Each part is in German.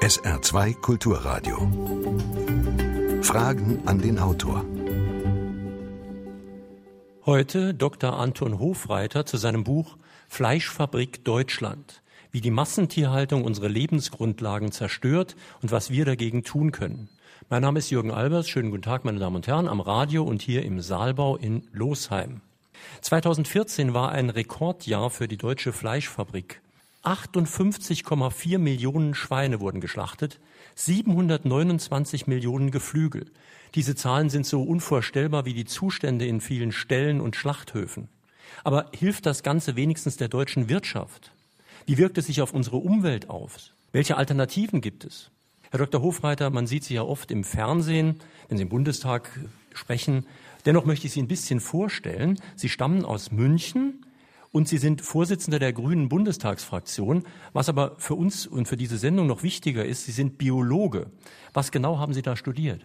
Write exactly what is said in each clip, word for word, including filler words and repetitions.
S R zwei Kulturradio. Fragen an den Autor. Heute Doktor Anton Hofreiter zu seinem Buch Fleischfabrik Deutschland, wie die Massentierhaltung unsere Lebensgrundlagen zerstört und was wir dagegen tun können. Mein Name ist Jürgen Albers. Schönen guten Tag, meine Damen und Herren, am Radio und hier im Saalbau in Losheim. zweitausendvierzehn war ein Rekordjahr für die deutsche Fleischfabrik. achtundfünfzig Komma vier Millionen Schweine wurden geschlachtet, siebenhundertneunundzwanzig Millionen Geflügel. Diese Zahlen sind so unvorstellbar wie die Zustände in vielen Ställen und Schlachthöfen. Aber hilft das Ganze wenigstens der deutschen Wirtschaft? Wie wirkt es sich auf unsere Umwelt aus? Welche Alternativen gibt es? Herr Doktor Hofreiter, man sieht Sie ja oft im Fernsehen, wenn Sie im Bundestag sprechen. Dennoch möchte ich Sie ein bisschen vorstellen. Sie stammen aus München und Sie sind Vorsitzender der Grünen Bundestagsfraktion. Was aber für uns und für diese Sendung noch wichtiger ist, Sie sind Biologe. Was genau haben Sie da studiert?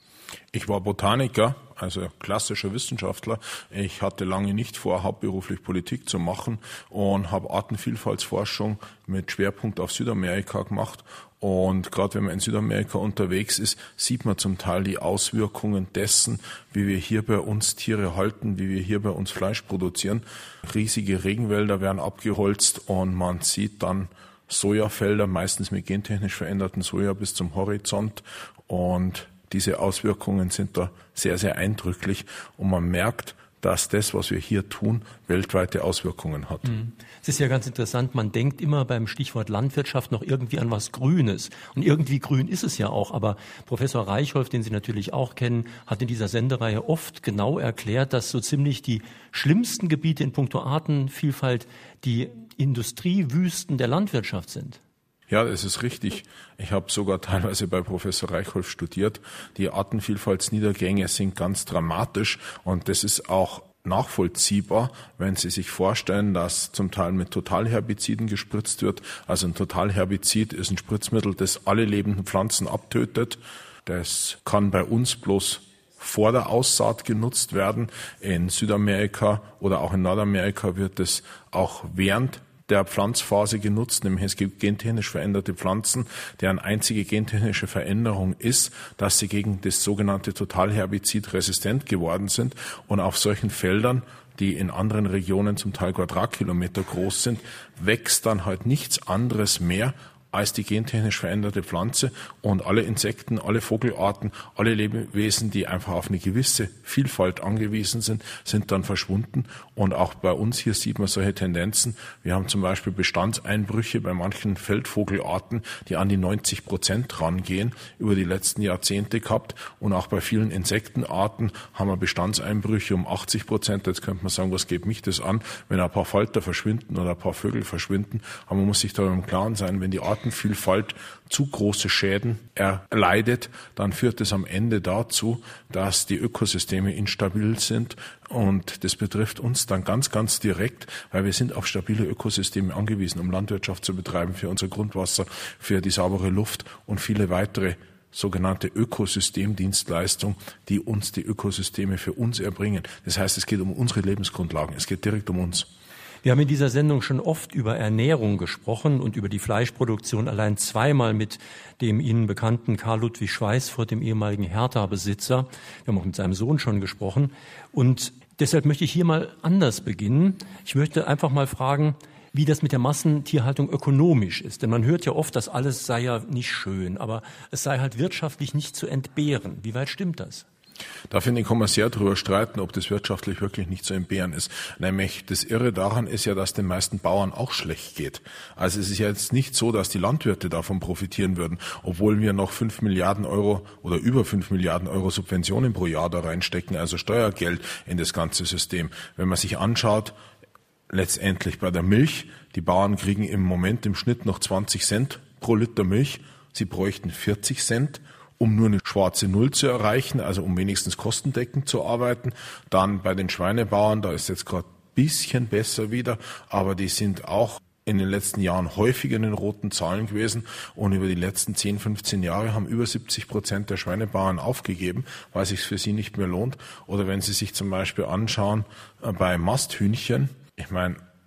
Ich war Botaniker, also klassischer Wissenschaftler. Ich hatte lange nicht vor, hauptberuflich Politik zu machen und habe Artenvielfaltsforschung mit Schwerpunkt auf Südamerika gemacht. Und gerade wenn man in Südamerika unterwegs ist, sieht man zum Teil die Auswirkungen dessen, wie wir hier bei uns Tiere halten, wie wir hier bei uns Fleisch produzieren. Riesige Regenwälder werden abgeholzt und man sieht dann Sojafelder, meistens mit gentechnisch veränderten Soja bis zum Horizont. Und diese Auswirkungen sind da sehr, sehr eindrücklich und man merkt, dass das, was wir hier tun, weltweite Auswirkungen hat. Es ist ja ganz interessant, man denkt immer beim Stichwort Landwirtschaft noch irgendwie an was Grünes. Und irgendwie grün ist es ja auch. Aber Professor Reichholf, den Sie natürlich auch kennen, hat in dieser Sendereihe oft genau erklärt, dass so ziemlich die schlimmsten Gebiete in puncto Artenvielfalt die Industriewüsten der Landwirtschaft sind. Ja, das ist richtig. Ich habe sogar teilweise bei Professor Reichholf studiert. Die Artenvielfaltsniedergänge sind ganz dramatisch und das ist auch nachvollziehbar, wenn Sie sich vorstellen, dass zum Teil mit Totalherbiziden gespritzt wird. Also ein Totalherbizid ist ein Spritzmittel, das alle lebenden Pflanzen abtötet. Das kann bei uns bloß vor der Aussaat genutzt werden. In Südamerika oder auch in Nordamerika wird es auch während der Pflanzphase genutzt, nämlich es gibt gentechnisch veränderte Pflanzen, deren einzige gentechnische Veränderung ist, dass sie gegen das sogenannte Totalherbizid resistent geworden sind und auf solchen Feldern, die in anderen Regionen zum Teil Quadratkilometer groß sind, wächst dann halt nichts anderes mehr als die gentechnisch veränderte Pflanze und alle Insekten, alle Vogelarten, alle Lebewesen, die einfach auf eine gewisse Vielfalt angewiesen sind, sind dann verschwunden. Und auch bei uns hier sieht man solche Tendenzen. Wir haben zum Beispiel Bestandseinbrüche bei manchen Feldvogelarten, die an die neunzig Prozent rangehen, über die letzten Jahrzehnte gehabt. Und auch bei vielen Insektenarten haben wir Bestandseinbrüche um achtzig Prozent. Jetzt könnte man sagen, was geht mich das an, wenn ein paar Falter verschwinden oder ein paar Vögel verschwinden. Aber man muss sich darüber im Klaren sein, wenn die Arten Vielfalt zu große Schäden erleidet, dann führt es am Ende dazu, dass die Ökosysteme instabil sind und das betrifft uns dann ganz, ganz direkt, weil wir sind auf stabile Ökosysteme angewiesen, um Landwirtschaft zu betreiben, für unser Grundwasser, für die saubere Luft und viele weitere sogenannte Ökosystemdienstleistung, die uns die Ökosysteme für uns erbringen. Das heißt, es geht um unsere Lebensgrundlagen, es geht direkt um uns. Wir haben in dieser Sendung schon oft über Ernährung gesprochen und über die Fleischproduktion, allein zweimal mit dem Ihnen bekannten Karl Ludwig Schweißfurt, dem ehemaligen Hertha-Besitzer. Wir haben auch mit seinem Sohn schon gesprochen. Und deshalb möchte ich hier mal anders beginnen. Ich möchte einfach mal fragen, wie das mit der Massentierhaltung ökonomisch ist. Denn man hört ja oft, das alles sei ja nicht schön, aber es sei halt wirtschaftlich nicht zu entbehren. Wie weit stimmt das? Da finde ich, kann man sehr darüber streiten, ob das wirtschaftlich wirklich nicht zu entbehren ist. Nämlich das Irre daran ist ja, dass den meisten Bauern auch schlecht geht. Also es ist ja jetzt nicht so, dass die Landwirte davon profitieren würden, obwohl wir noch fünf Milliarden Euro oder über fünf Milliarden Euro Subventionen pro Jahr da reinstecken, also Steuergeld in das ganze System. Wenn man sich anschaut, letztendlich bei der Milch, die Bauern kriegen im Moment im Schnitt noch zwanzig Cent pro Liter Milch, sie bräuchten vierzig Cent, um nur eine schwarze Null zu erreichen, also um wenigstens kostendeckend zu arbeiten. Dann bei den Schweinebauern, da ist jetzt gerade ein bisschen besser wieder, aber die sind auch in den letzten Jahren häufiger in den roten Zahlen gewesen und über die letzten zehn, fünfzehn Jahre haben über siebzig Prozent der Schweinebauern aufgegeben, weil es sich für sie nicht mehr lohnt. Oder wenn Sie sich zum Beispiel anschauen, bei Masthühnchen, ich meine,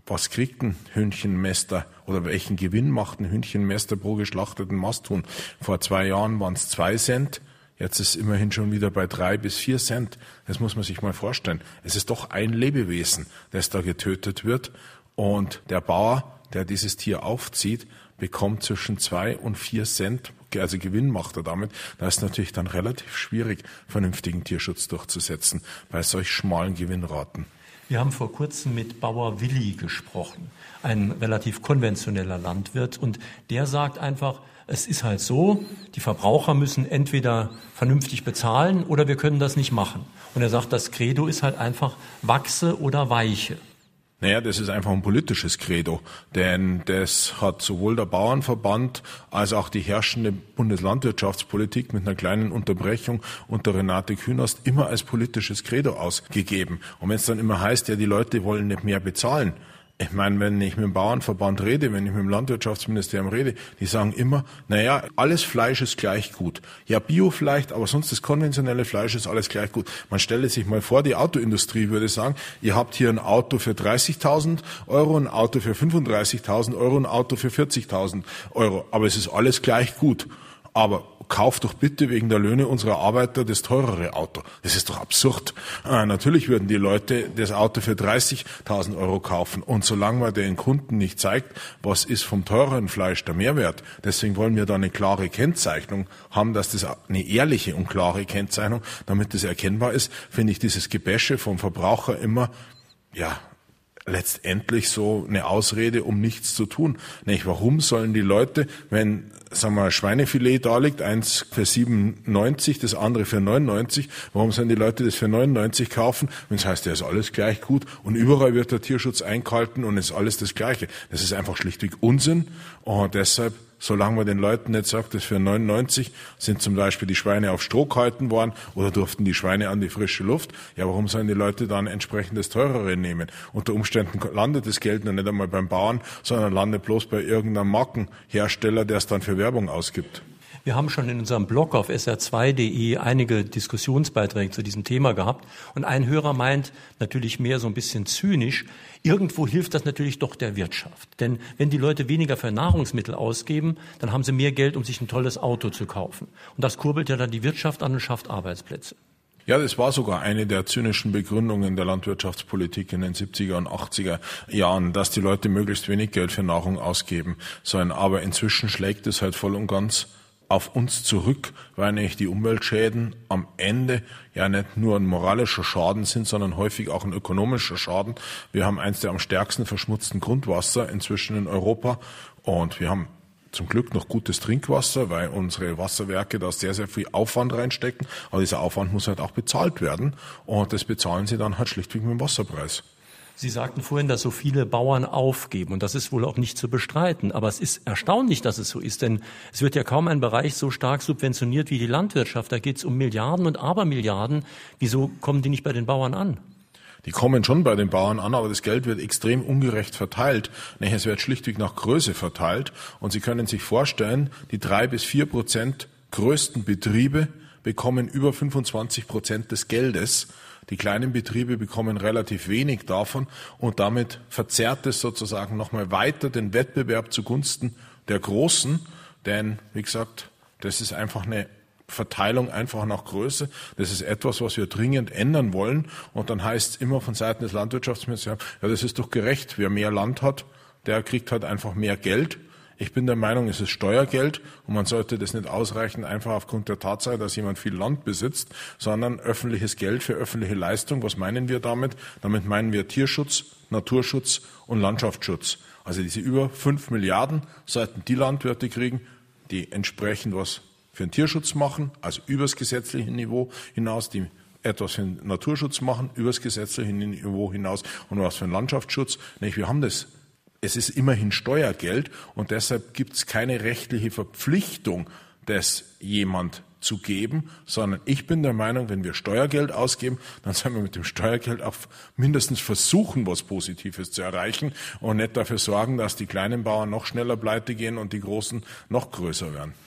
was kriegt ein Hühnchenmäster oder welchen Gewinn macht ein Hühnchenmäster pro geschlachteten Masthuhn? Vor zwei Jahren waren es zwei Cent. Jetzt ist es immerhin schon wieder bei drei bis vier Cent. Das muss man sich mal vorstellen. Es ist doch ein Lebewesen, das da getötet wird. Und der Bauer, der dieses Tier aufzieht, bekommt zwischen zwei und vier Cent, also Gewinn macht er damit. Da ist natürlich dann relativ schwierig, vernünftigen Tierschutz durchzusetzen bei solch schmalen Gewinnraten. Wir haben vor kurzem mit Bauer Willi gesprochen, ein relativ konventioneller Landwirt. Und der sagt einfach, es ist halt so, die Verbraucher müssen entweder vernünftig bezahlen oder wir können das nicht machen. Und er sagt, das Credo ist halt einfach wachse oder weiche. Naja, das ist einfach ein politisches Credo, denn das hat sowohl der Bauernverband als auch die herrschende Bundeslandwirtschaftspolitik mit einer kleinen Unterbrechung unter Renate Künast immer als politisches Credo ausgegeben. Und wenn es dann immer heißt, ja, die Leute wollen nicht mehr bezahlen, ich meine, wenn ich mit dem Bauernverband rede, wenn ich mit dem Landwirtschaftsministerium rede, die sagen immer, naja, alles Fleisch ist gleich gut. Ja, Bio vielleicht, aber sonst das konventionelle Fleisch ist alles gleich gut. Man stelle sich mal vor, die Autoindustrie würde sagen, ihr habt hier ein Auto für dreißigtausend Euro, ein Auto für fünfunddreißigtausend Euro, ein Auto für vierzigtausend Euro. Aber es ist alles gleich gut. Aber kauft doch bitte wegen der Löhne unserer Arbeiter das teurere Auto. Das ist doch absurd. Äh, natürlich würden die Leute das Auto für dreißigtausend Euro kaufen. Und solange man den Kunden nicht zeigt, was ist vom teureren Fleisch der Mehrwert, deswegen wollen wir da eine klare Kennzeichnung haben, dass das eine ehrliche und klare Kennzeichnung, damit das erkennbar ist, finde ich dieses Gebäsche vom Verbraucher immer, ja, letztendlich so eine Ausrede, um nichts zu tun. Nicht, warum sollen die Leute, wenn, sagen wir, Schweinefilet da liegt, eins für siebenundneunzig, das andere für neunundneunzig, warum sollen die Leute das für neunundneunzig kaufen, wenn es heißt, ja, ist alles gleich gut und überall wird der Tierschutz eingehalten und ist alles das Gleiche. Das ist einfach schlichtweg Unsinn und deshalb, solange man den Leuten nicht sagt, dass für neunundneunzig sind zum Beispiel die Schweine auf Stroh gehalten worden oder durften die Schweine an die frische Luft, ja, warum sollen die Leute dann entsprechend das Teurere nehmen? Unter Umständen landet das Geld noch nicht einmal beim Bauern, sondern landet bloß bei irgendeinem Markenhersteller, der es dann für Werbung ausgibt. Wir haben schon in unserem Blog auf S R zwei Punkt de einige Diskussionsbeiträge zu diesem Thema gehabt. Und ein Hörer meint, natürlich mehr so ein bisschen zynisch, irgendwo hilft das natürlich doch der Wirtschaft. Denn wenn die Leute weniger für Nahrungsmittel ausgeben, dann haben sie mehr Geld, um sich ein tolles Auto zu kaufen. Und das kurbelt ja dann die Wirtschaft an und schafft Arbeitsplätze. Ja, das war sogar eine der zynischen Begründungen der Landwirtschaftspolitik in den siebziger und achtziger Jahren, dass die Leute möglichst wenig Geld für Nahrung ausgeben sollen. Aber inzwischen schlägt es halt voll und ganz auf uns zurück, weil nämlich die Umweltschäden am Ende ja nicht nur ein moralischer Schaden sind, sondern häufig auch ein ökonomischer Schaden. Wir haben eins der am stärksten verschmutzten Grundwasser inzwischen in Europa und wir haben zum Glück noch gutes Trinkwasser, weil unsere Wasserwerke da sehr, sehr viel Aufwand reinstecken. Aber dieser Aufwand muss halt auch bezahlt werden und das bezahlen sie dann halt schlichtweg mit dem Wasserpreis. Sie sagten vorhin, dass so viele Bauern aufgeben und das ist wohl auch nicht zu bestreiten. Aber es ist erstaunlich, dass es so ist, denn es wird ja kaum ein Bereich so stark subventioniert wie die Landwirtschaft. Da geht es um Milliarden und Abermilliarden. Wieso kommen die nicht bei den Bauern an? Die kommen schon bei den Bauern an, aber das Geld wird extrem ungerecht verteilt. Es wird schlichtweg nach Größe verteilt und Sie können sich vorstellen, die drei bis vier Prozent größten Betriebe bekommen über fünfundzwanzig Prozent des Geldes. Die kleinen Betriebe bekommen relativ wenig davon und damit verzerrt es sozusagen nochmal weiter den Wettbewerb zugunsten der Großen, denn, wie gesagt, das ist einfach eine Verteilung einfach nach Größe. Das ist etwas, was wir dringend ändern wollen und dann heißt es immer von Seiten des Landwirtschaftsministeriums, ja, das ist doch gerecht, wer mehr Land hat, der kriegt halt einfach mehr Geld. Ich bin der Meinung, es ist Steuergeld und man sollte das nicht ausreichen, einfach aufgrund der Tatsache, dass jemand viel Land besitzt, sondern öffentliches Geld für öffentliche Leistung. Was meinen wir damit? Damit meinen wir Tierschutz, Naturschutz und Landschaftsschutz. Also diese über fünf Milliarden sollten die Landwirte kriegen, die entsprechend was für den Tierschutz machen, also übers gesetzliche Niveau hinaus, die etwas für den Naturschutz machen, übers gesetzliche Niveau hinaus und was für den Landschaftsschutz. Wir haben das. Es ist immerhin Steuergeld und deshalb gibt es keine rechtliche Verpflichtung, das jemand zu geben, sondern ich bin der Meinung, wenn wir Steuergeld ausgeben, dann sollen wir mit dem Steuergeld auch mindestens versuchen, was Positives zu erreichen und nicht dafür sorgen, dass die kleinen Bauern noch schneller pleite gehen und die großen noch größer werden.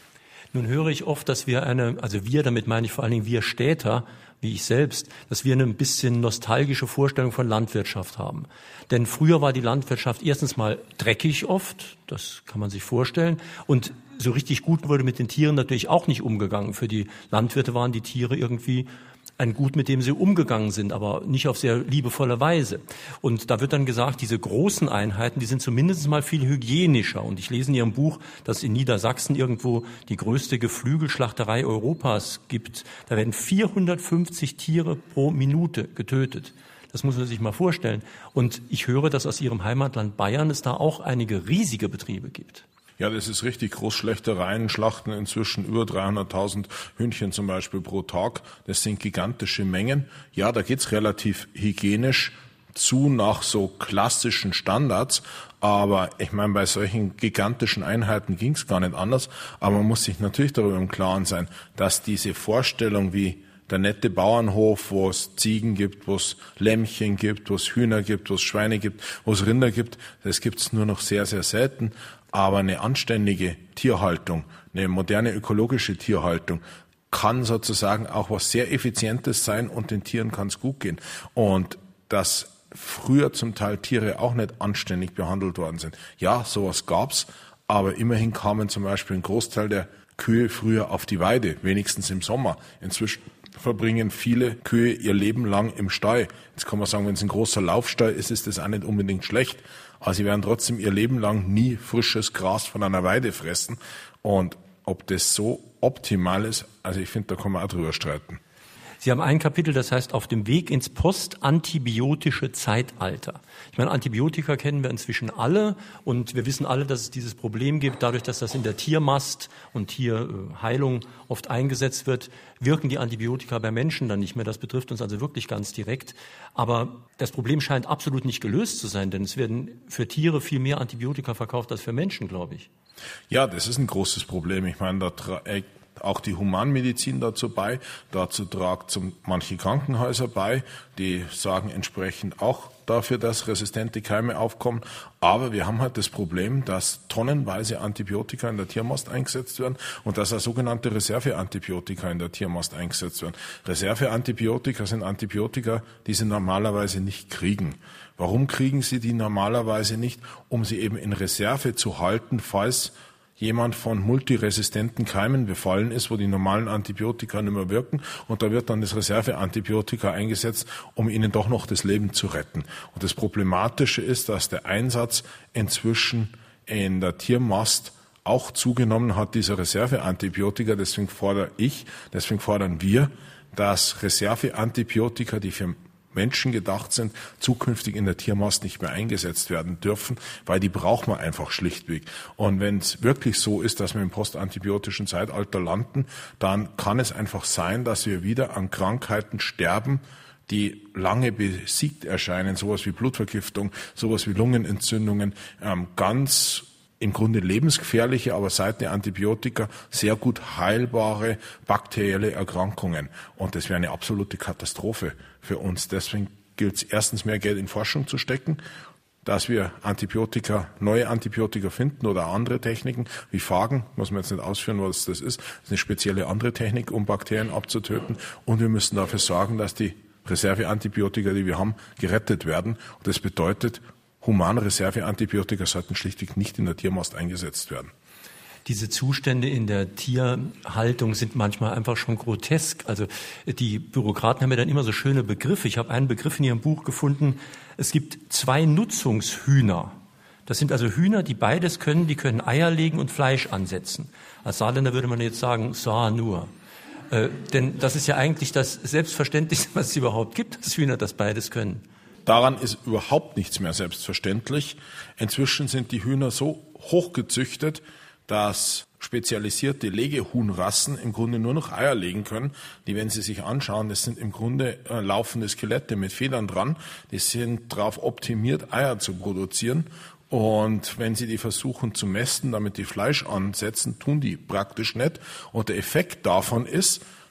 Nun höre ich oft, dass wir eine, also wir, damit meine ich vor allen Dingen wir Städter, wie ich selbst, dass wir eine ein bisschen nostalgische Vorstellung von Landwirtschaft haben. Denn früher war die Landwirtschaft erstens mal dreckig oft, das kann man sich vorstellen, und so richtig gut wurde mit den Tieren natürlich auch nicht umgegangen. Für die Landwirte waren die Tiere irgendwie ein Gut, mit dem sie umgegangen sind, aber nicht auf sehr liebevolle Weise. Und da wird dann gesagt, diese großen Einheiten, die sind zumindest mal viel hygienischer. Und ich lese in Ihrem Buch, dass in Niedersachsen irgendwo die größte Geflügelschlachterei Europas gibt. Da werden vierhundertfünfzig Tiere pro Minute getötet. Das muss man sich mal vorstellen. Und ich höre, dass aus Ihrem Heimatland Bayern es da auch einige riesige Betriebe gibt. Ja, das ist richtig. Großschlechtereien schlachten inzwischen über dreihunderttausend Hühnchen zum Beispiel pro Tag. Das sind gigantische Mengen. Ja, da geht's relativ hygienisch zu nach so klassischen Standards. Aber ich meine, bei solchen gigantischen Einheiten ging's gar nicht anders. Aber man muss sich natürlich darüber im Klaren sein, dass diese Vorstellung wie der nette Bauernhof, wo es Ziegen gibt, wo es Lämmchen gibt, wo es Hühner gibt, wo es Schweine gibt, wo es Rinder gibt, das gibt's nur noch sehr, sehr selten. Aber eine anständige Tierhaltung, eine moderne ökologische Tierhaltung kann sozusagen auch was sehr Effizientes sein und den Tieren kann es gut gehen. Und dass früher zum Teil Tiere auch nicht anständig behandelt worden sind. Ja, sowas gab's, aber immerhin kamen zum Beispiel ein Großteil der Kühe früher auf die Weide, wenigstens im Sommer. Inzwischen verbringen viele Kühe ihr Leben lang im Stall. Jetzt kann man sagen, wenn es ein großer Laufstall ist, ist das auch nicht unbedingt schlecht. Aber sie werden trotzdem ihr Leben lang nie frisches Gras von einer Weide fressen. Und ob das so optimal ist, also ich finde, da kann man auch drüber streiten. Sie haben ein Kapitel, das heißt auf dem Weg ins postantibiotische Zeitalter. Ich meine, Antibiotika kennen wir inzwischen alle und wir wissen alle, dass es dieses Problem gibt. Dadurch, dass das in der Tiermast und Tierheilung oft eingesetzt wird, wirken die Antibiotika bei Menschen dann nicht mehr. Das betrifft uns also wirklich ganz direkt. Aber das Problem scheint absolut nicht gelöst zu sein, denn es werden für Tiere viel mehr Antibiotika verkauft als für Menschen, glaube ich. Ja, das ist ein großes Problem. Ich meine, da trägt auch die Humanmedizin dazu bei. Dazu tragt zum manche Krankenhäuser bei, die sagen entsprechend auch dafür, dass resistente Keime aufkommen. Aber wir haben halt das Problem, dass tonnenweise Antibiotika in der Tiermast eingesetzt werden und dass auch sogenannte Reserveantibiotika in der Tiermast eingesetzt werden. Reserveantibiotika sind Antibiotika, die sie normalerweise nicht kriegen. Warum kriegen sie die normalerweise nicht? Um sie eben in Reserve zu halten, falls jemand von multiresistenten Keimen befallen ist, wo die normalen Antibiotika nicht mehr wirken. Und da wird dann das Reserveantibiotika eingesetzt, um ihnen doch noch das Leben zu retten. Und das Problematische ist, dass der Einsatz inzwischen in der Tiermast auch zugenommen hat, dieser Reserveantibiotika. Deswegen fordere ich, deswegen fordern wir, dass Reserveantibiotika, die für Menschen gedacht sind, zukünftig in der Tiermast nicht mehr eingesetzt werden dürfen, weil die braucht man einfach schlichtweg. Und wenn es wirklich so ist, dass wir im postantibiotischen Zeitalter landen, dann kann es einfach sein, dass wir wieder an Krankheiten sterben, die lange besiegt erscheinen, sowas wie Blutvergiftung, sowas wie Lungenentzündungen, ähm, ganz im Grunde lebensgefährliche, aber seit der Antibiotika sehr gut heilbare bakterielle Erkrankungen. Und das wäre eine absolute Katastrophe für uns. Deswegen gilt es erstens, mehr Geld in Forschung zu stecken, dass wir Antibiotika, neue Antibiotika finden oder andere Techniken wie Phagen, muss man jetzt nicht ausführen, was das ist. Das ist eine spezielle andere Technik, um Bakterien abzutöten. Und wir müssen dafür sorgen, dass die Reserveantibiotika, die wir haben, gerettet werden. Und das bedeutet, humane Reserveantibiotika sollten schlichtweg nicht in der Tiermast eingesetzt werden. Diese Zustände in der Tierhaltung sind manchmal einfach schon grotesk. Also die Bürokraten haben ja dann immer so schöne Begriffe. Ich habe einen Begriff in Ihrem Buch gefunden. Es gibt zwei Nutzungshühner. Das sind also Hühner, die beides können. Die können Eier legen und Fleisch ansetzen. Als Saarländer würde man jetzt sagen, sa nur. Äh, denn das ist ja eigentlich das Selbstverständlichste, was es überhaupt gibt, dass Hühner das beides können. Daran ist überhaupt nichts mehr selbstverständlich. Inzwischen sind die Hühner so hochgezüchtet, dass spezialisierte Legehuhnrassen im Grunde nur noch Eier legen können. Die, wenn Sie sich anschauen, das sind im Grunde äh, laufende Skelette mit Federn dran. Die sind darauf optimiert, Eier zu produzieren. Und wenn Sie die versuchen zu mästen, damit die Fleisch ansetzen, tun die praktisch nicht. Und der Effekt davon ist,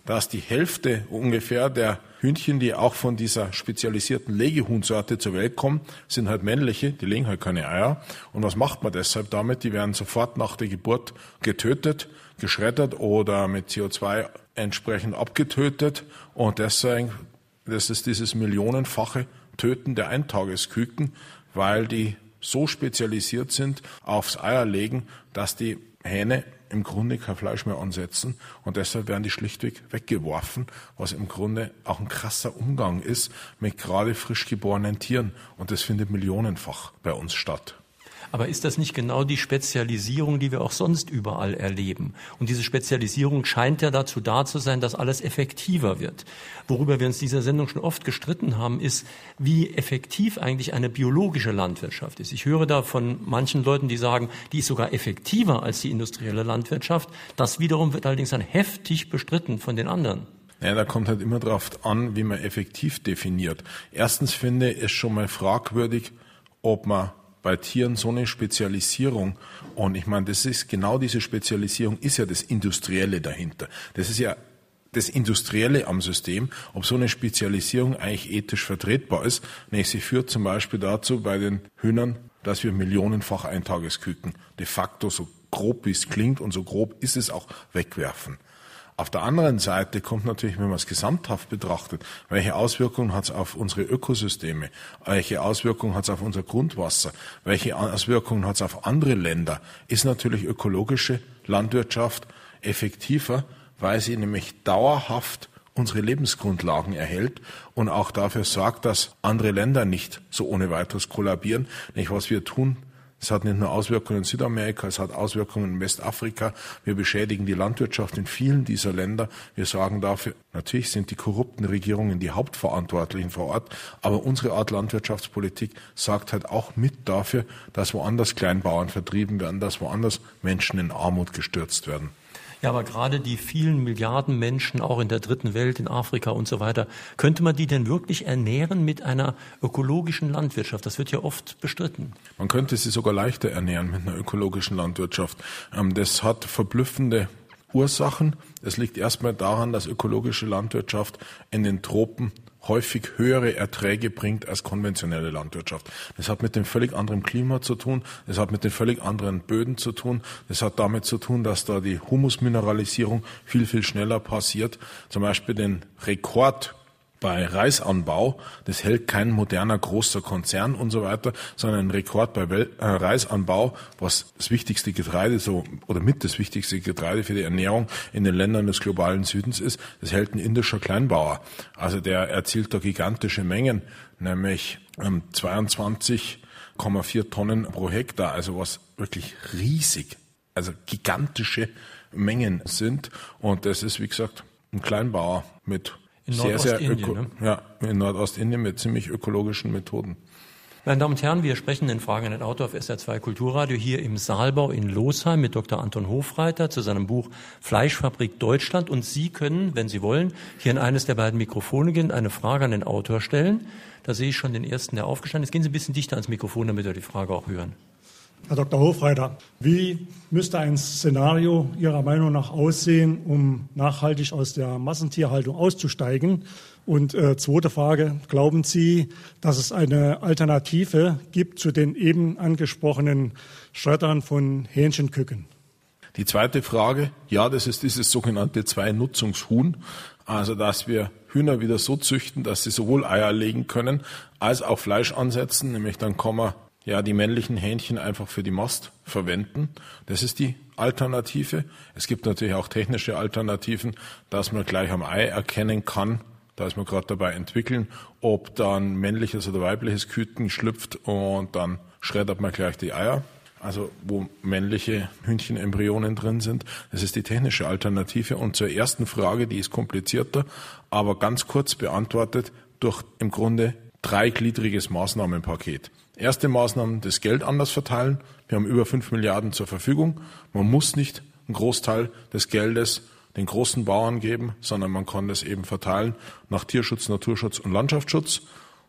dass die Hälfte ungefähr der Hühnchen, die auch von dieser spezialisierten Legehuhnsorte zur Welt kommen, sind halt männliche, die legen halt keine Eier. Und was macht man deshalb damit? Die werden sofort nach der Geburt getötet, geschreddert oder mit C O zwei entsprechend abgetötet. Und deswegen, das ist dieses millionenfache Töten der Eintagesküken, weil die so spezialisiert sind aufs Eierlegen, dass die Hähne im Grunde kein Fleisch mehr ansetzen und deshalb werden die schlichtweg weggeworfen, was im Grunde auch ein krasser Umgang ist mit gerade frisch geborenen Tieren und das findet millionenfach bei uns statt. Aber ist das nicht genau die Spezialisierung, die wir auch sonst überall erleben? Und diese Spezialisierung scheint ja dazu da zu sein, dass alles effektiver wird. Worüber wir uns in dieser Sendung schon oft gestritten haben, ist, wie effektiv eigentlich eine biologische Landwirtschaft ist. Ich höre da von manchen Leuten, die sagen, die ist sogar effektiver als die industrielle Landwirtschaft. Das wiederum wird allerdings dann heftig bestritten von den anderen. Ja, da kommt halt immer drauf an, wie man effektiv definiert. Erstens finde ich es schon mal fragwürdig, ob man bei Tieren so eine Spezialisierung, und ich meine, das ist genau diese Spezialisierung, ist ja das Industrielle dahinter. Das ist ja das Industrielle am System, ob so eine Spezialisierung eigentlich ethisch vertretbar ist. Nämlich sie führt zum Beispiel dazu bei den Hühnern, dass wir millionenfach Eintagesküken de facto, so grob wie es klingt und so grob ist es auch, wegwerfen. Auf der anderen Seite kommt natürlich, wenn man es gesamthaft betrachtet, welche Auswirkungen hat es auf unsere Ökosysteme, welche Auswirkungen hat es auf unser Grundwasser, welche Auswirkungen hat es auf andere Länder, ist natürlich ökologische Landwirtschaft effektiver, weil sie nämlich dauerhaft unsere Lebensgrundlagen erhält und auch dafür sorgt, dass andere Länder nicht so ohne weiteres kollabieren. Nicht, was wir tun, es hat nicht nur Auswirkungen in Südamerika, es hat Auswirkungen in Westafrika. Wir beschädigen die Landwirtschaft in vielen dieser Länder. Wir sorgen dafür, natürlich sind die korrupten Regierungen die Hauptverantwortlichen vor Ort, aber unsere Art Landwirtschaftspolitik sorgt halt auch mit dafür, dass woanders Kleinbauern vertrieben werden, dass woanders Menschen in Armut gestürzt werden. Ja, aber gerade die vielen Milliarden Menschen, auch in der dritten Welt, in Afrika und so weiter, könnte man die denn wirklich ernähren mit einer ökologischen Landwirtschaft? Das wird ja oft bestritten. Man könnte sie sogar leichter ernähren mit einer ökologischen Landwirtschaft. Das hat verblüffende Ursachen. Es liegt erstmal daran, dass ökologische Landwirtschaft in den Tropen häufig höhere Erträge bringt als konventionelle Landwirtschaft. Das hat mit dem völlig anderen Klima zu tun, das hat mit den völlig anderen Böden zu tun, das hat damit zu tun, dass da die Humusmineralisierung viel, viel schneller passiert. Zum Beispiel den Rekord bei Reisanbau, das hält kein moderner großer Konzern und so weiter, sondern ein Rekord bei Wel- äh, Reisanbau, was das wichtigste Getreide so oder mit das wichtigste Getreide für die Ernährung in den Ländern des globalen Südens ist, das hält ein indischer Kleinbauer. Also der erzielt da gigantische Mengen, nämlich ähm, zweiundzwanzig Komma vier Tonnen pro Hektar, also was wirklich riesig, also gigantische Mengen sind. Und das ist, wie gesagt, ein Kleinbauer mit In sehr, sehr öko- ne? ja, in Nordostindien mit ziemlich ökologischen Methoden. Meine Damen und Herren, wir sprechen in Fragen an den Autor auf S R zwei Kulturradio hier im Saalbau in Losheim mit Doktor Anton Hofreiter zu seinem Buch Fleischfabrik Deutschland. Und Sie können, wenn Sie wollen, hier in eines der beiden Mikrofone gehen, eine Frage an den Autor stellen. Da sehe ich schon den ersten, der aufgestanden ist. Gehen Sie ein bisschen dichter ans Mikrofon, damit wir die Frage auch hören. Herr Doktor Hofreiter, wie müsste ein Szenario Ihrer Meinung nach aussehen, um nachhaltig aus der Massentierhaltung auszusteigen? Und äh, zweite Frage, glauben Sie, dass es eine Alternative gibt zu den eben angesprochenen Schreddern von Hähnchenküken? Die zweite Frage, ja, das ist dieses sogenannte Zwei-Nutzungshuhn, also dass wir Hühner wieder so züchten, dass sie sowohl Eier legen können, als auch Fleisch ansetzen, nämlich dann kann man ja die männlichen Hähnchen einfach für die Mast verwenden. Das ist die Alternative. Es gibt natürlich auch technische Alternativen, dass man gleich am Ei erkennen kann, da ist man gerade dabei entwickeln, ob dann männliches oder weibliches Küken schlüpft und dann schreddert man gleich die Eier. Also wo männliche Hühnchenembryonen drin sind. Das ist die technische Alternative. Und zur ersten Frage, die ist komplizierter, aber ganz kurz beantwortet durch im Grunde dreigliedriges Maßnahmenpaket. Erste Maßnahme, das Geld anders verteilen. Wir haben über fünf Milliarden zur Verfügung. Man muss nicht einen Großteil des Geldes den großen Bauern geben, sondern man kann das eben verteilen nach Tierschutz, Naturschutz und Landschaftsschutz.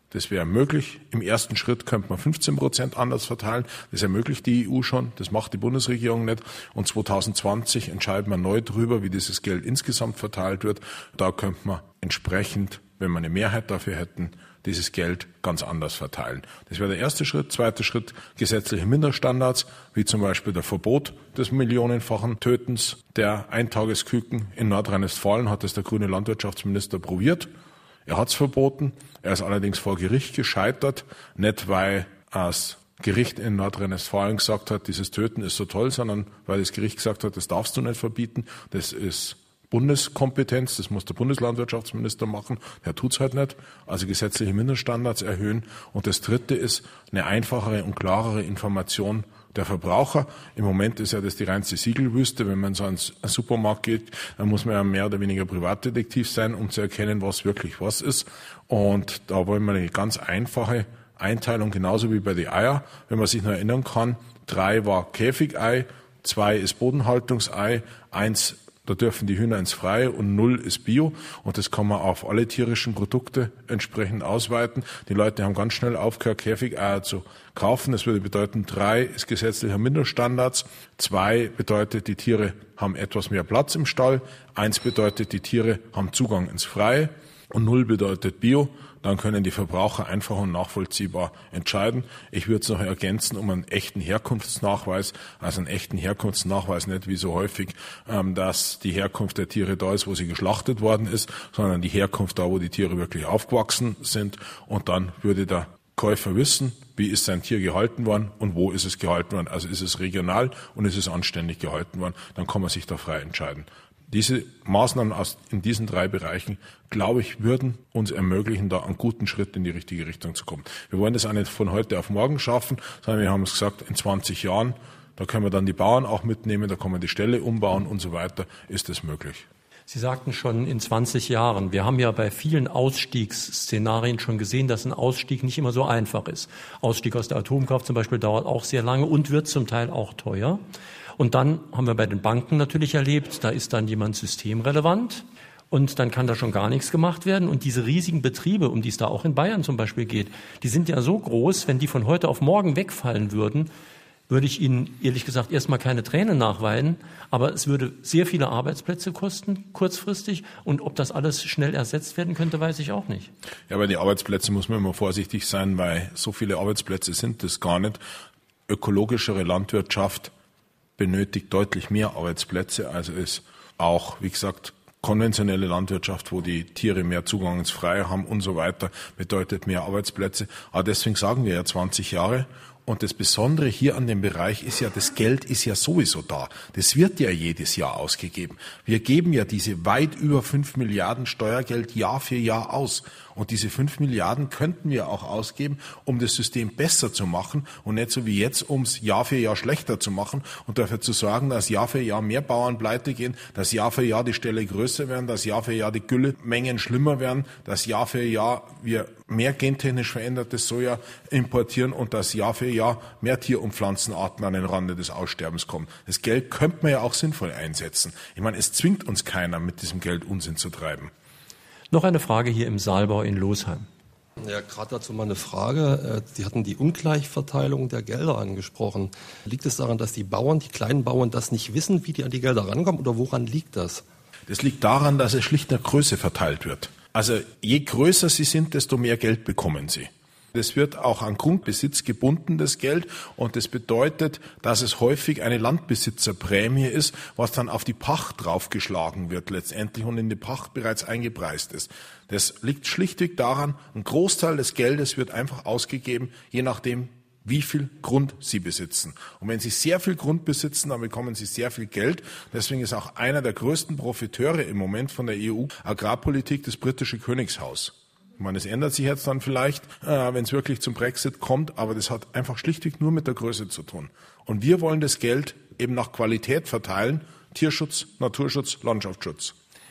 Das wäre möglich. Im ersten Schritt könnte man fünfzehn Prozent anders verteilen. Das ermöglicht die E U schon. Das macht die Bundesregierung nicht. Und zwanzig zwanzig entscheiden wir neu drüber, wie dieses Geld insgesamt verteilt wird. Da könnte man entsprechend, wenn wir eine Mehrheit dafür hätten, dieses Geld ganz anders verteilen. Das wäre der erste Schritt. Zweiter Schritt, gesetzliche Minderstandards, wie zum Beispiel der Verbot des millionenfachen Tötens der Eintagesküken. In Nordrhein-Westfalen hat es der grüne Landwirtschaftsminister probiert. Er hat es verboten. Er ist allerdings vor Gericht gescheitert, nicht weil das Gericht in Nordrhein-Westfalen gesagt hat, dieses Töten ist so toll, sondern weil das Gericht gesagt hat, das darfst du nicht verbieten. Das ist Bundeskompetenz, das muss der Bundeslandwirtschaftsminister machen. Der tut's halt nicht. Also gesetzliche Mindeststandards erhöhen. Und das Dritte ist eine einfachere und klarere Information der Verbraucher. Im Moment ist ja das die reinste Siegelwüste. Wenn man so ins Supermarkt geht, dann muss man ja mehr oder weniger Privatdetektiv sein, um zu erkennen, was wirklich was ist. Und da wollen wir eine ganz einfache Einteilung, genauso wie bei den Eier. Wenn man sich noch erinnern kann, drei war Käfigei, zwei ist Bodenhaltungsei, eins da dürfen die Hühner ins Freie und null ist Bio. Und das kann man auf alle tierischen Produkte entsprechend ausweiten. Die Leute haben ganz schnell aufgehört, Käfigeier zu kaufen. Das würde bedeuten, drei ist gesetzlicher Mindeststandards. Zwei bedeutet, die Tiere haben etwas mehr Platz im Stall. Eins bedeutet, die Tiere haben Zugang ins Freie. Und null bedeutet Bio. Dann können die Verbraucher einfach und nachvollziehbar entscheiden. Ich würde es noch ergänzen um einen echten Herkunftsnachweis, also einen echten Herkunftsnachweis, nicht wie so häufig, ähm, dass die Herkunft der Tiere da ist, wo sie geschlachtet worden ist, sondern die Herkunft da, wo die Tiere wirklich aufgewachsen sind. Und dann würde der Käufer wissen, wie ist sein Tier gehalten worden und wo ist es gehalten worden. Also ist es regional und ist es anständig gehalten worden. Dann kann man sich da frei entscheiden. Diese Maßnahmen aus, in diesen drei Bereichen, glaube ich, würden uns ermöglichen, da einen guten Schritt in die richtige Richtung zu kommen. Wir wollen das auch nicht von heute auf morgen schaffen, sondern wir haben es gesagt, in zwanzig Jahren, da können wir dann die Bauern auch mitnehmen, da kann man die Ställe umbauen und so weiter, ist das möglich. Sie sagten schon in zwanzig Jahren. Wir haben ja bei vielen Ausstiegsszenarien schon gesehen, dass ein Ausstieg nicht immer so einfach ist. Ausstieg aus der Atomkraft zum Beispiel dauert auch sehr lange und wird zum Teil auch teuer. Und dann haben wir bei den Banken natürlich erlebt, da ist dann jemand systemrelevant und dann kann da schon gar nichts gemacht werden. Und diese riesigen Betriebe, um die es da auch in Bayern zum Beispiel geht, die sind ja so groß, wenn die von heute auf morgen wegfallen würden, würde ich Ihnen ehrlich gesagt erstmal keine Tränen nachweinen, aber es würde sehr viele Arbeitsplätze kosten, kurzfristig. Und ob das alles schnell ersetzt werden könnte, weiß ich auch nicht. Ja, bei den Arbeitsplätzen muss man immer vorsichtig sein, weil so viele Arbeitsplätze sind das gar nicht. Ökologischere Landwirtschaft benötigt deutlich mehr Arbeitsplätze, also ist auch, wie gesagt, konventionelle Landwirtschaft, wo die Tiere mehr Zugang ins Freie haben und so weiter, bedeutet mehr Arbeitsplätze. Aber deswegen sagen wir ja zwanzig Jahre. Und das Besondere hier an dem Bereich ist ja, das Geld ist ja sowieso da. Das wird ja jedes Jahr ausgegeben. Wir geben ja diese weit über fünf Milliarden Steuergeld Jahr für Jahr aus. Und diese fünf Milliarden könnten wir auch ausgeben, um das System besser zu machen und nicht so wie jetzt, um es Jahr für Jahr schlechter zu machen und dafür zu sorgen, dass Jahr für Jahr mehr Bauern pleite gehen, dass Jahr für Jahr die Ställe größer werden, dass Jahr für Jahr die Güllemengen schlimmer werden, dass Jahr für Jahr wir mehr gentechnisch verändertes Soja importieren und dass Jahr für Jahr mehr Tier- und Pflanzenarten an den Rande des Aussterbens kommen. Das Geld könnte man ja auch sinnvoll einsetzen. Ich meine, es zwingt uns keiner, mit diesem Geld Unsinn zu treiben. Noch eine Frage hier im Saalbau in Losheim. Ja, gerade dazu mal eine Frage. Sie hatten die Ungleichverteilung der Gelder angesprochen. Liegt es daran, dass die Bauern, die kleinen Bauern, das nicht wissen, wie die an die Gelder rankommen, oder woran liegt das? Das liegt daran, dass es schlicht nach Größe verteilt wird. Also je größer sie sind, desto mehr Geld bekommen sie. Das wird auch an Grundbesitz gebunden, das Geld. Und das bedeutet, dass es häufig eine Landbesitzerprämie ist, was dann auf die Pacht draufgeschlagen wird letztendlich und in die Pacht bereits eingepreist ist. Das liegt schlichtweg daran, ein Großteil des Geldes wird einfach ausgegeben, je nachdem, wie viel Grund sie besitzen. Und wenn sie sehr viel Grund besitzen, dann bekommen sie sehr viel Geld. Deswegen ist auch einer der größten Profiteure im Moment von der E U-Agrarpolitik das britische Königshaus. Ich meine, es ändert sich jetzt dann vielleicht, äh, wenn es wirklich zum Brexit kommt, aber das hat einfach schlichtweg nur mit der Größe zu tun. Und wir wollen das Geld eben nach Qualität verteilen, Tierschutz, Naturschutz, Landschaftsschutz.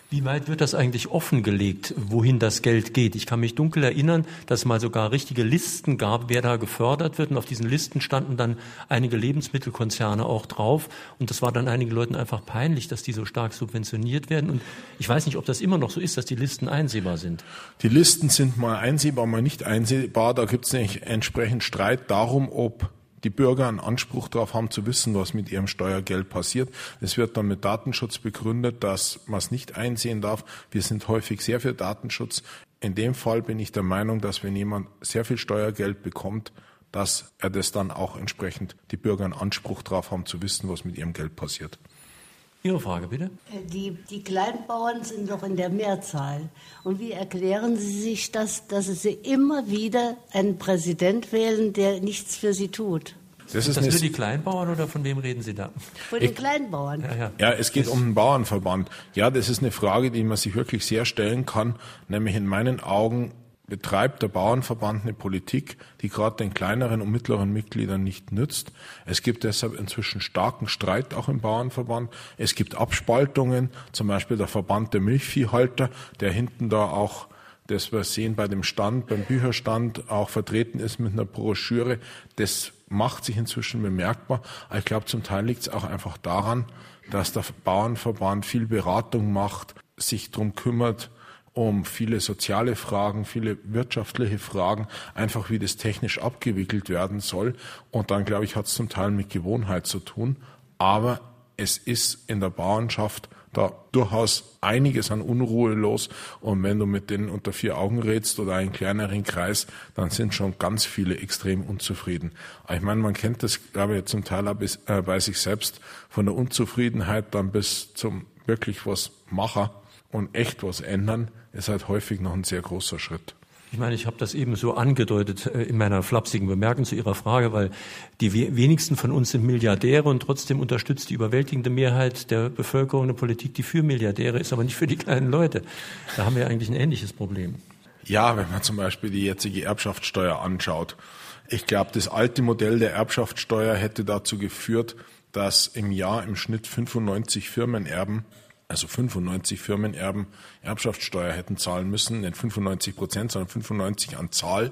Wie weit wird das eigentlich offengelegt, wohin das Geld geht? Ich kann mich dunkel erinnern, dass es mal sogar richtige Listen gab, wer da gefördert wird. Und auf diesen Listen standen dann einige Lebensmittelkonzerne auch drauf. Und das war dann einigen Leuten einfach peinlich, dass die so stark subventioniert werden. Und ich weiß nicht, ob das immer noch so ist, dass die Listen einsehbar sind. Die Listen sind mal einsehbar, mal nicht einsehbar. Da gibt es nämlich entsprechend Streit darum, ob die Bürger einen Anspruch darauf haben, zu wissen, was mit ihrem Steuergeld passiert. Es wird dann mit Datenschutz begründet, dass man es nicht einsehen darf. Wir sind häufig sehr für Datenschutz. In dem Fall bin ich der Meinung, dass wenn jemand sehr viel Steuergeld bekommt, dass er das dann auch entsprechend die Bürger einen Anspruch darauf haben, zu wissen, was mit ihrem Geld passiert. Ihre Frage bitte. Die, die Kleinbauern sind doch in der Mehrzahl. Und wie erklären Sie sich das, dass Sie immer wieder einen Präsident wählen, der nichts für Sie tut? Das ist das nur die Kleinbauern oder von wem reden Sie da? Von den ich, Kleinbauern. Ja, ja. ja, es geht um den Bauernverband. Ja, das ist eine Frage, die man sich wirklich sehr stellen kann. Nämlich in meinen Augen betreibt der Bauernverband eine Politik, die gerade den kleineren und mittleren Mitgliedern nicht nützt. Es gibt deshalb inzwischen starken Streit auch im Bauernverband. Es gibt Abspaltungen, zum Beispiel der Verband der Milchviehhalter, der hinten da auch, das wir sehen bei dem Stand, beim Bücherstand auch vertreten ist mit einer Broschüre. Das macht sich inzwischen bemerkbar. Aber ich glaube, zum Teil liegt es auch einfach daran, dass der Bauernverband viel Beratung macht, sich darum kümmert, um viele soziale Fragen, viele wirtschaftliche Fragen, einfach wie das technisch abgewickelt werden soll. Und dann, glaube ich, hat es zum Teil mit Gewohnheit zu tun. Aber es ist in der Bauernschaft da durchaus einiges an Unruhe los. Und wenn du mit denen unter vier Augen redst oder einen kleineren Kreis, dann sind schon ganz viele extrem unzufrieden. Aber ich meine, man kennt das, glaube ich, zum Teil auch bis, äh, bei sich selbst, von der Unzufriedenheit dann bis zum wirklich was Macher und echt was ändern, ist halt häufig noch ein sehr großer Schritt. Ich meine, ich habe das eben so angedeutet in meiner flapsigen Bemerkung zu Ihrer Frage, weil die wenigsten von uns sind Milliardäre und trotzdem unterstützt die überwältigende Mehrheit der Bevölkerung eine Politik, die für Milliardäre ist, aber nicht für die kleinen Leute. Da haben wir eigentlich ein ähnliches Problem. Ja, wenn man zum Beispiel die jetzige Erbschaftssteuer anschaut. Ich glaube, das alte Modell der Erbschaftssteuer hätte dazu geführt, dass im Jahr im Schnitt fünfundneunzig Firmenerben Also fünfundneunzig Firmenerben Erbschaftssteuer hätten zahlen müssen, nicht fünfundneunzig Prozent, sondern fünfundneunzig an Zahl.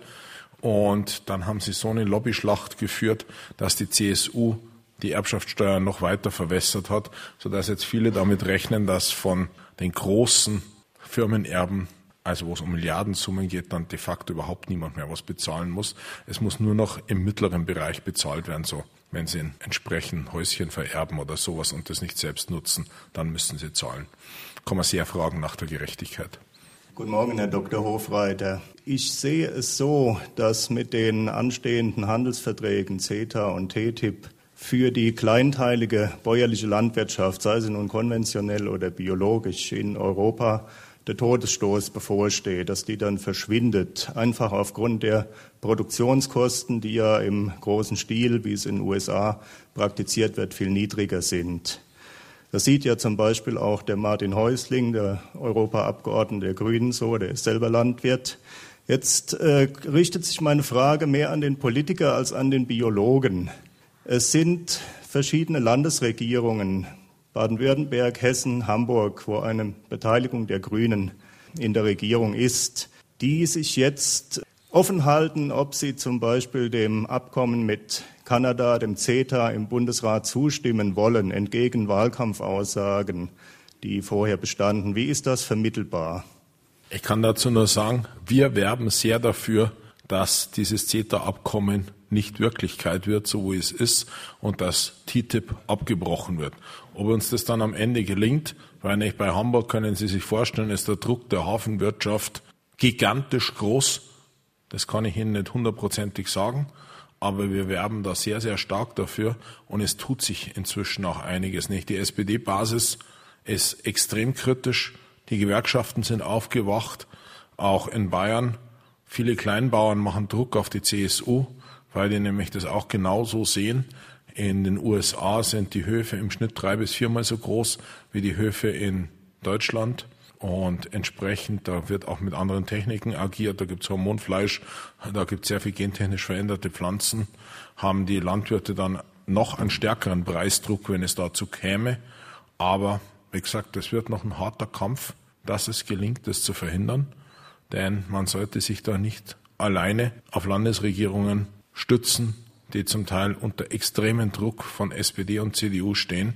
Und dann haben sie so eine Lobbyschlacht geführt, dass die C S U die Erbschaftssteuer noch weiter verwässert hat, sodass jetzt viele damit rechnen, dass von den großen Firmenerben, also wo es um Milliardensummen geht, dann de facto überhaupt niemand mehr was bezahlen muss. Es muss nur noch im mittleren Bereich bezahlt werden, so. Wenn Sie ein entsprechend Häuschen vererben oder sowas und das nicht selbst nutzen, dann müssen Sie zahlen. Kann man sehr fragen nach der Gerechtigkeit. Guten Morgen, Herr Doktor Hofreiter. Ich sehe es so, dass mit den anstehenden Handelsverträgen CETA und T T I P für die kleinteilige bäuerliche Landwirtschaft, sei sie nun konventionell oder biologisch, in Europa der Todesstoß bevorsteht, dass die dann verschwindet, einfach aufgrund der Produktionskosten, die ja im großen Stil, wie es in den U S A praktiziert wird, viel niedriger sind. Das sieht ja zum Beispiel auch der Martin Häusling, der Europaabgeordnete der Grünen, so, der ist selber Landwirt. Jetzt äh, richtet sich meine Frage mehr an den Politiker als an den Biologen. Es sind verschiedene Landesregierungen, Baden-Württemberg, Hessen, Hamburg, wo eine Beteiligung der Grünen in der Regierung ist, die sich jetzt offen halten, ob sie zum Beispiel dem Abkommen mit Kanada, dem CETA, im Bundesrat zustimmen wollen, entgegen Wahlkampfaussagen, die vorher bestanden. Wie ist das vermittelbar? Ich kann dazu nur sagen, wir werben sehr dafür, dass dieses CETA-Abkommen nicht Wirklichkeit wird, so wie es ist, und dass T T I P abgebrochen wird. Ob uns das dann am Ende gelingt, weil nicht bei Hamburg, können Sie sich vorstellen, ist der Druck der Hafenwirtschaft gigantisch groß. Das kann ich Ihnen nicht hundertprozentig sagen, aber wir werben da sehr, sehr stark dafür und es tut sich inzwischen auch einiges nicht. Die S P D-Basis ist extrem kritisch, die Gewerkschaften sind aufgewacht, auch in Bayern. Viele Kleinbauern machen Druck auf die C S U, weil die nämlich das auch genauso sehen. In den U S A sind die Höfe im Schnitt drei bis viermal so groß wie die Höfe in Deutschland. Und entsprechend, da wird auch mit anderen Techniken agiert. Da gibt es Hormonfleisch, da gibt es sehr viel gentechnisch veränderte Pflanzen. Haben die Landwirte dann noch einen stärkeren Preisdruck, wenn es dazu käme. Aber wie gesagt, das wird noch ein harter Kampf. dass es gelingt, das zu verhindern. Denn man sollte sich da nicht alleine auf Landesregierungen stützen, die zum Teil unter extremen Druck von S P D und C D U stehen.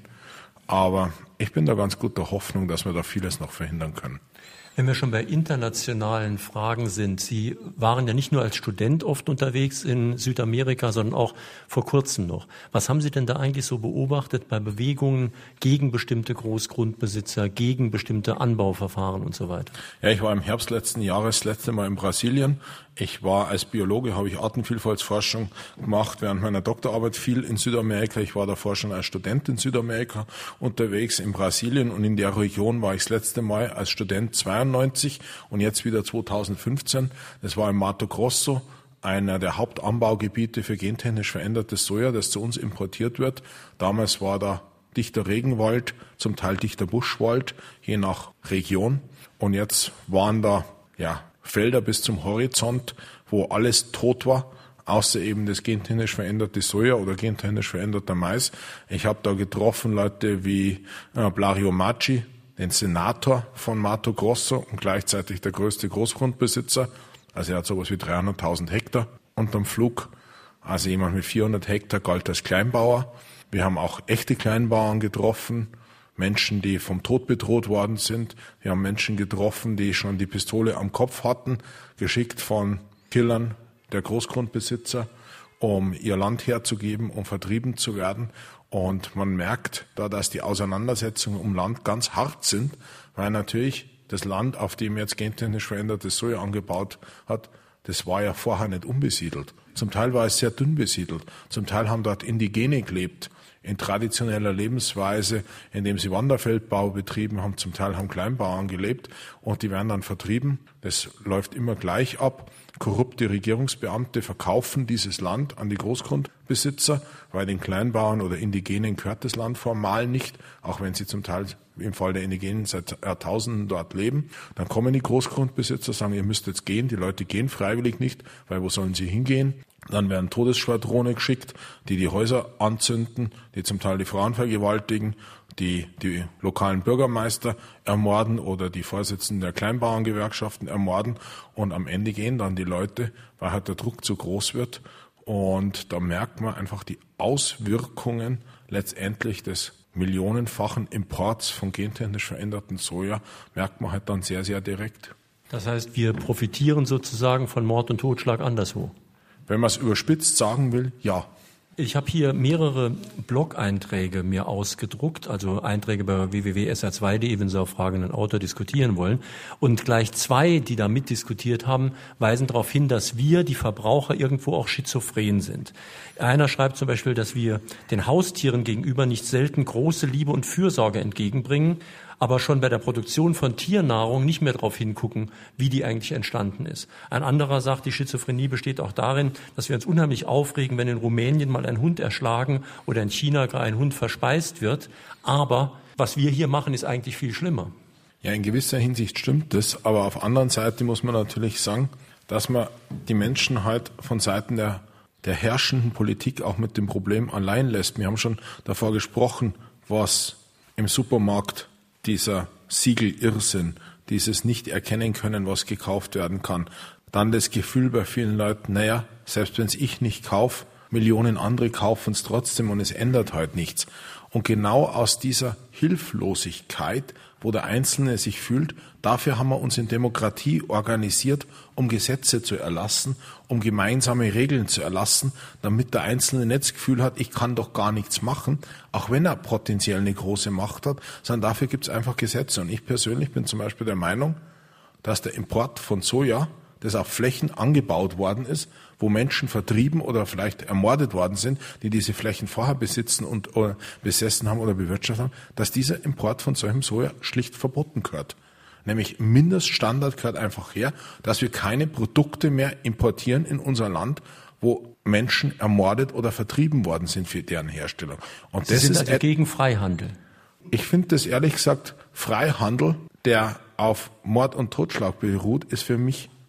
Aber ich bin da ganz guter Hoffnung, dass wir da vieles noch verhindern können. Wenn wir schon bei internationalen Fragen sind, Sie waren ja nicht nur als Student oft unterwegs in Südamerika, sondern auch vor kurzem noch. Was haben Sie denn da eigentlich so beobachtet bei Bewegungen gegen bestimmte Großgrundbesitzer, gegen bestimmte Anbauverfahren und so weiter? Ja, ich war im Herbst letzten Jahres das letzte Mal in Brasilien. Ich war als Biologe, habe ich Artenvielfaltsforschung gemacht, während meiner Doktorarbeit viel in Südamerika. Ich war davor schon als Student in Südamerika unterwegs, in Brasilien, und in der Region war ich das letzte Mal als Student zweiundneunzig und jetzt wieder zweitausendfünfzehn. Das war in Mato Grosso, einer der Hauptanbaugebiete für gentechnisch verändertes Soja, das zu uns importiert wird. Damals war da dichter Regenwald, zum Teil dichter Buschwald, je nach Region. Und jetzt waren da, ja, Felder bis zum Horizont, wo alles tot war, außer eben das gentechnisch veränderte Soja oder gentechnisch veränderter Mais. Ich habe da getroffen Leute wie äh, Blario Maggi, den Senator von Mato Grosso und gleichzeitig der größte Großgrundbesitzer. Also er hat sowas wie dreihunderttausend Hektar unterm Flug. Also jemand mit vierhundert Hektar galt als Kleinbauer. Wir haben auch echte Kleinbauern getroffen, Menschen, die vom Tod bedroht worden sind. Wir haben Menschen getroffen, die schon die Pistole am Kopf hatten, geschickt von Killern der Großgrundbesitzer, um ihr Land herzugeben, um vertrieben zu werden. Und man merkt da, dass die Auseinandersetzungen um Land ganz hart sind, weil natürlich das Land, auf dem jetzt gentechnisch verändertes Soja angebaut hat, das war ja vorher nicht unbesiedelt. Zum Teil war es sehr dünn besiedelt. Zum Teil haben dort Indigene gelebt, in traditioneller Lebensweise, indem sie Wanderfeldbau betrieben haben. Zum Teil haben Kleinbauern gelebt und die werden dann vertrieben. Das läuft immer gleich ab. Korrupte Regierungsbeamte verkaufen dieses Land an die Großgrundbesitzer, weil den Kleinbauern oder Indigenen gehört das Land formal nicht, auch wenn sie zum Teil im Fall der Indigenen seit Jahrtausenden dort leben. Dann kommen die Großgrundbesitzer, sagen, ihr müsst jetzt gehen. Die Leute gehen freiwillig nicht, weil wo sollen sie hingehen? Dann werden Todesschwadrone geschickt, die die Häuser anzünden, die zum Teil die Frauen vergewaltigen, die die lokalen Bürgermeister ermorden oder die Vorsitzenden der Kleinbauerngewerkschaften ermorden. Und am Ende gehen dann die Leute, weil halt der Druck zu groß wird. Und da merkt man einfach die Auswirkungen letztendlich des millionenfachen Imports von gentechnisch veränderten Soja, merkt man halt dann sehr, sehr direkt. Das heißt, wir profitieren sozusagen von Mord und Totschlag anderswo. Wenn man es überspitzt sagen will, ja. Ich habe hier mehrere Blog-Einträge mir ausgedruckt, also Einträge bei w w w punkt s r zwei punkt d e, wenn Sie auf fragenden Autor diskutieren wollen. Und gleich zwei, die da mitdiskutiert haben, weisen darauf hin, dass wir, die Verbraucher, irgendwo auch schizophren sind. Einer schreibt zum Beispiel, dass wir den Haustieren gegenüber nicht selten große Liebe und Fürsorge entgegenbringen, aber schon bei der Produktion von Tiernahrung nicht mehr darauf hingucken, wie die eigentlich entstanden ist. Ein anderer sagt, die Schizophrenie besteht auch darin, dass wir uns unheimlich aufregen, wenn in Rumänien mal ein Hund erschlagen oder in China gar ein Hund verspeist wird. Aber was wir hier machen, ist eigentlich viel schlimmer. Ja, in gewisser Hinsicht stimmt das, aber auf der anderen Seite muss man natürlich sagen, dass man die Menschen halt von Seiten der, der herrschenden Politik auch mit dem Problem allein lässt. Wir haben schon davor gesprochen, was im Supermarkt dieser Siegel-Irrsinn, dieses Nicht-Erkennen-Können, was gekauft werden kann. Dann das Gefühl bei vielen Leuten, naja, selbst wenn es ich nicht kaufe, Millionen andere kaufen es trotzdem und es ändert halt nichts. Und genau aus dieser Hilflosigkeit, wo der Einzelne sich fühlt, dafür haben wir uns in Demokratie organisiert, um Gesetze zu erlassen, um gemeinsame Regeln zu erlassen, damit der Einzelne nicht das Gefühl hat, ich kann doch gar nichts machen, auch wenn er potenziell eine große Macht hat, sondern dafür gibt es einfach Gesetze. Und ich persönlich bin zum Beispiel der Meinung, dass der Import von Soja, das auf Flächen angebaut worden ist, wo Menschen vertrieben oder vielleicht ermordet worden sind, die diese Flächen vorher besitzen und oder besessen haben oder bewirtschaftet haben, dass dieser Import von solchem Soja schlicht verboten gehört. Nämlich Mindeststandard gehört einfach her, dass wir keine Produkte mehr importieren in unser Land, wo Menschen ermordet oder vertrieben worden sind für deren Herstellung. Und Sie das sind ist also gegen Freihandel. Ich finde das ehrlich gesagt, Freihandel, der auf Mord und Totschlag beruht, ist für mich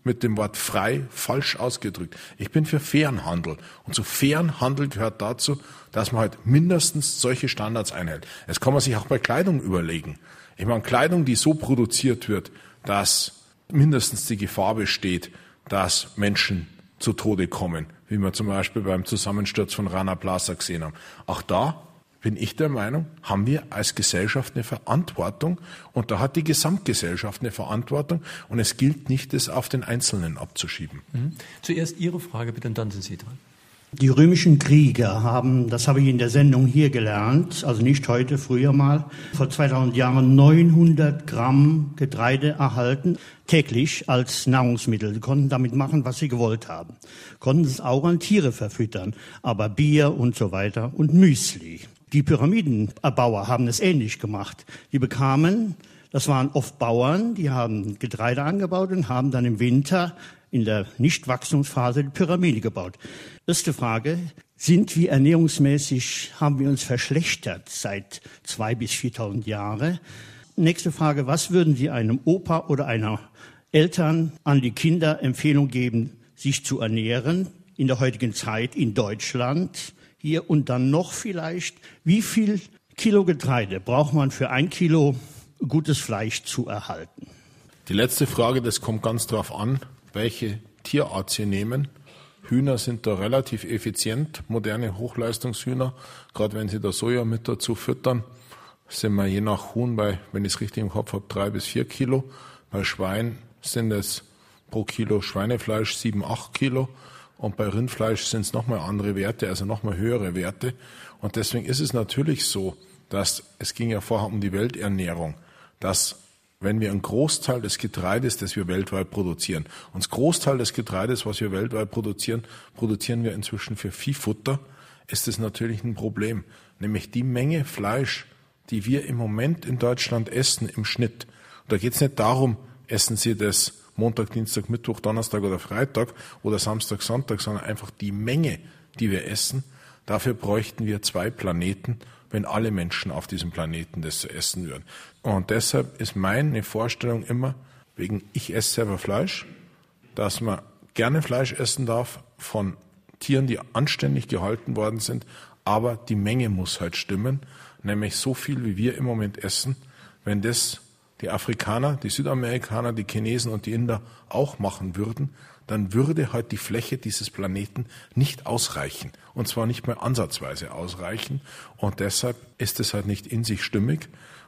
mit dem Wort frei falsch ausgedrückt. Ich bin für fairen Handel. Und zu fairen Handel gehört dazu, dass man halt mindestens solche Standards einhält. Das kann man sich auch bei Kleidung überlegen. Ich meine, Kleidung, die so produziert wird, dass mindestens die Gefahr besteht, dass Menschen zu Tode kommen, wie wir zum Beispiel beim Zusammensturz von Rana Plaza gesehen haben. Auch da bin ich der Meinung, haben wir als Gesellschaft eine Verantwortung und da hat die Gesamtgesellschaft eine Verantwortung und es gilt nicht, das auf den Einzelnen abzuschieben. Mhm. Zuerst Ihre Frage, bitte, und dann sind Sie dran. Die römischen Krieger haben, das habe ich in der Sendung hier gelernt, also nicht heute, früher mal, vor zweitausend Jahren neunhundert Gramm Getreide erhalten, täglich als Nahrungsmittel. Sie konnten damit machen, was sie gewollt haben. Konnten es auch an Tiere verfüttern, aber Bier und so weiter und Müsli. Die Pyramidenerbauer haben es ähnlich gemacht. Die bekamen, das waren oft Bauern, die haben Getreide angebaut und haben dann im Winter in der Nichtwachstumsphase die Pyramide gebaut. Erste Frage, sind wir ernährungsmäßig, haben wir uns verschlechtert seit zwei bis viertausend Jahren? Nächste Frage, was würden Sie einem Opa oder einer Eltern an die Kinder Empfehlung geben, sich zu ernähren in der heutigen Zeit in Deutschland? Hier und dann noch vielleicht, wie viel Kilo Getreide braucht man für ein Kilo gutes Fleisch zu erhalten? Die letzte Frage, das kommt ganz drauf an, welche Tierart Sie nehmen. Hühner sind da relativ effizient, moderne Hochleistungshühner. Gerade wenn Sie da Soja mit dazu füttern, sind wir je nach Huhn bei, wenn ich es richtig im Kopf habe, drei bis vier Kilo. Bei Schwein sind es pro Kilo Schweinefleisch sieben, acht Kilo. Und bei Rindfleisch sind es nochmal andere Werte, also nochmal höhere Werte. Und deswegen ist es natürlich so, dass, es ging ja vorher um die Welternährung, dass wenn wir einen Großteil des Getreides, das wir weltweit produzieren, und das Großteil des Getreides, was wir weltweit produzieren, produzieren wir inzwischen für Viehfutter, ist das natürlich ein Problem. Nämlich die Menge Fleisch, die wir im Moment in Deutschland essen, im Schnitt. Und da geht es nicht darum, essen Sie das Montag, Dienstag, Mittwoch, Donnerstag oder Freitag oder Samstag, Sonntag, sondern einfach die Menge, die wir essen. Dafür bräuchten wir zwei Planeten, wenn alle Menschen auf diesem Planeten das so essen würden. Und deshalb ist meine Vorstellung immer, wegen ich esse selber Fleisch, dass man gerne Fleisch essen darf von Tieren, die anständig gehalten worden sind, aber die Menge muss halt stimmen, nämlich so viel, wie wir im Moment essen. Wenn das die Afrikaner, die Südamerikaner, die Chinesen und die Inder auch machen würden, dann würde halt die Fläche dieses Planeten nicht ausreichen. Und zwar nicht mehr ansatzweise ausreichen. Und deshalb ist es halt nicht in sich stimmig.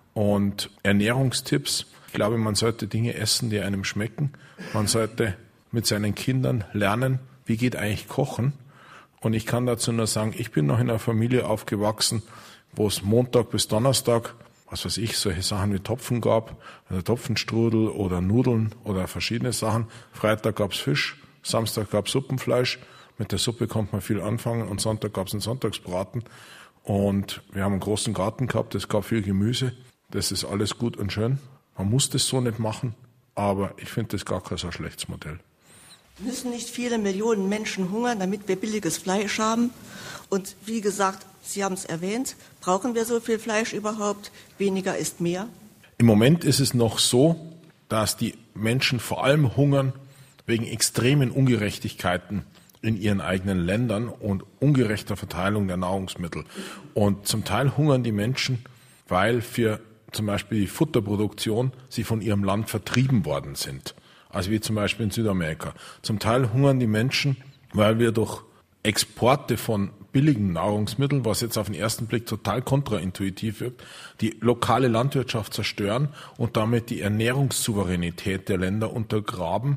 Und Ernährungstipps, ich glaube, man sollte Dinge essen, die einem schmecken. Man sollte mit seinen Kindern lernen, wie geht eigentlich Kochen. Und ich kann dazu nur sagen, ich bin noch in einer Familie aufgewachsen, wo es Montag bis Donnerstag, was weiß ich, solche Sachen wie Topfen gab, also Topfenstrudel oder Nudeln oder verschiedene Sachen. Freitag gab's Fisch, Samstag gab's Suppenfleisch. Mit der Suppe konnte man viel anfangen und Sonntag gab's einen Sonntagsbraten. Und wir haben einen großen Garten gehabt, es gab viel Gemüse. Das ist alles gut und schön. Man muss das so nicht machen, aber ich finde das gar kein so schlechtes Modell. Müssen nicht viele Millionen Menschen hungern, damit wir billiges Fleisch haben? Und wie gesagt, Sie haben es erwähnt, brauchen wir so viel Fleisch überhaupt? Weniger ist mehr? Im Moment ist es noch so, dass die Menschen vor allem hungern wegen extremen Ungerechtigkeiten in ihren eigenen Ländern und ungerechter Verteilung der Nahrungsmittel. Und zum Teil hungern die Menschen, weil für zum Beispiel die Futterproduktion sie von ihrem Land vertrieben worden sind. Also wie zum Beispiel in Südamerika. Zum Teil hungern die Menschen, weil wir durch Exporte von billigen Nahrungsmitteln, was jetzt auf den ersten Blick total kontraintuitiv wirkt, die lokale Landwirtschaft zerstören und damit die Ernährungssouveränität der Länder untergraben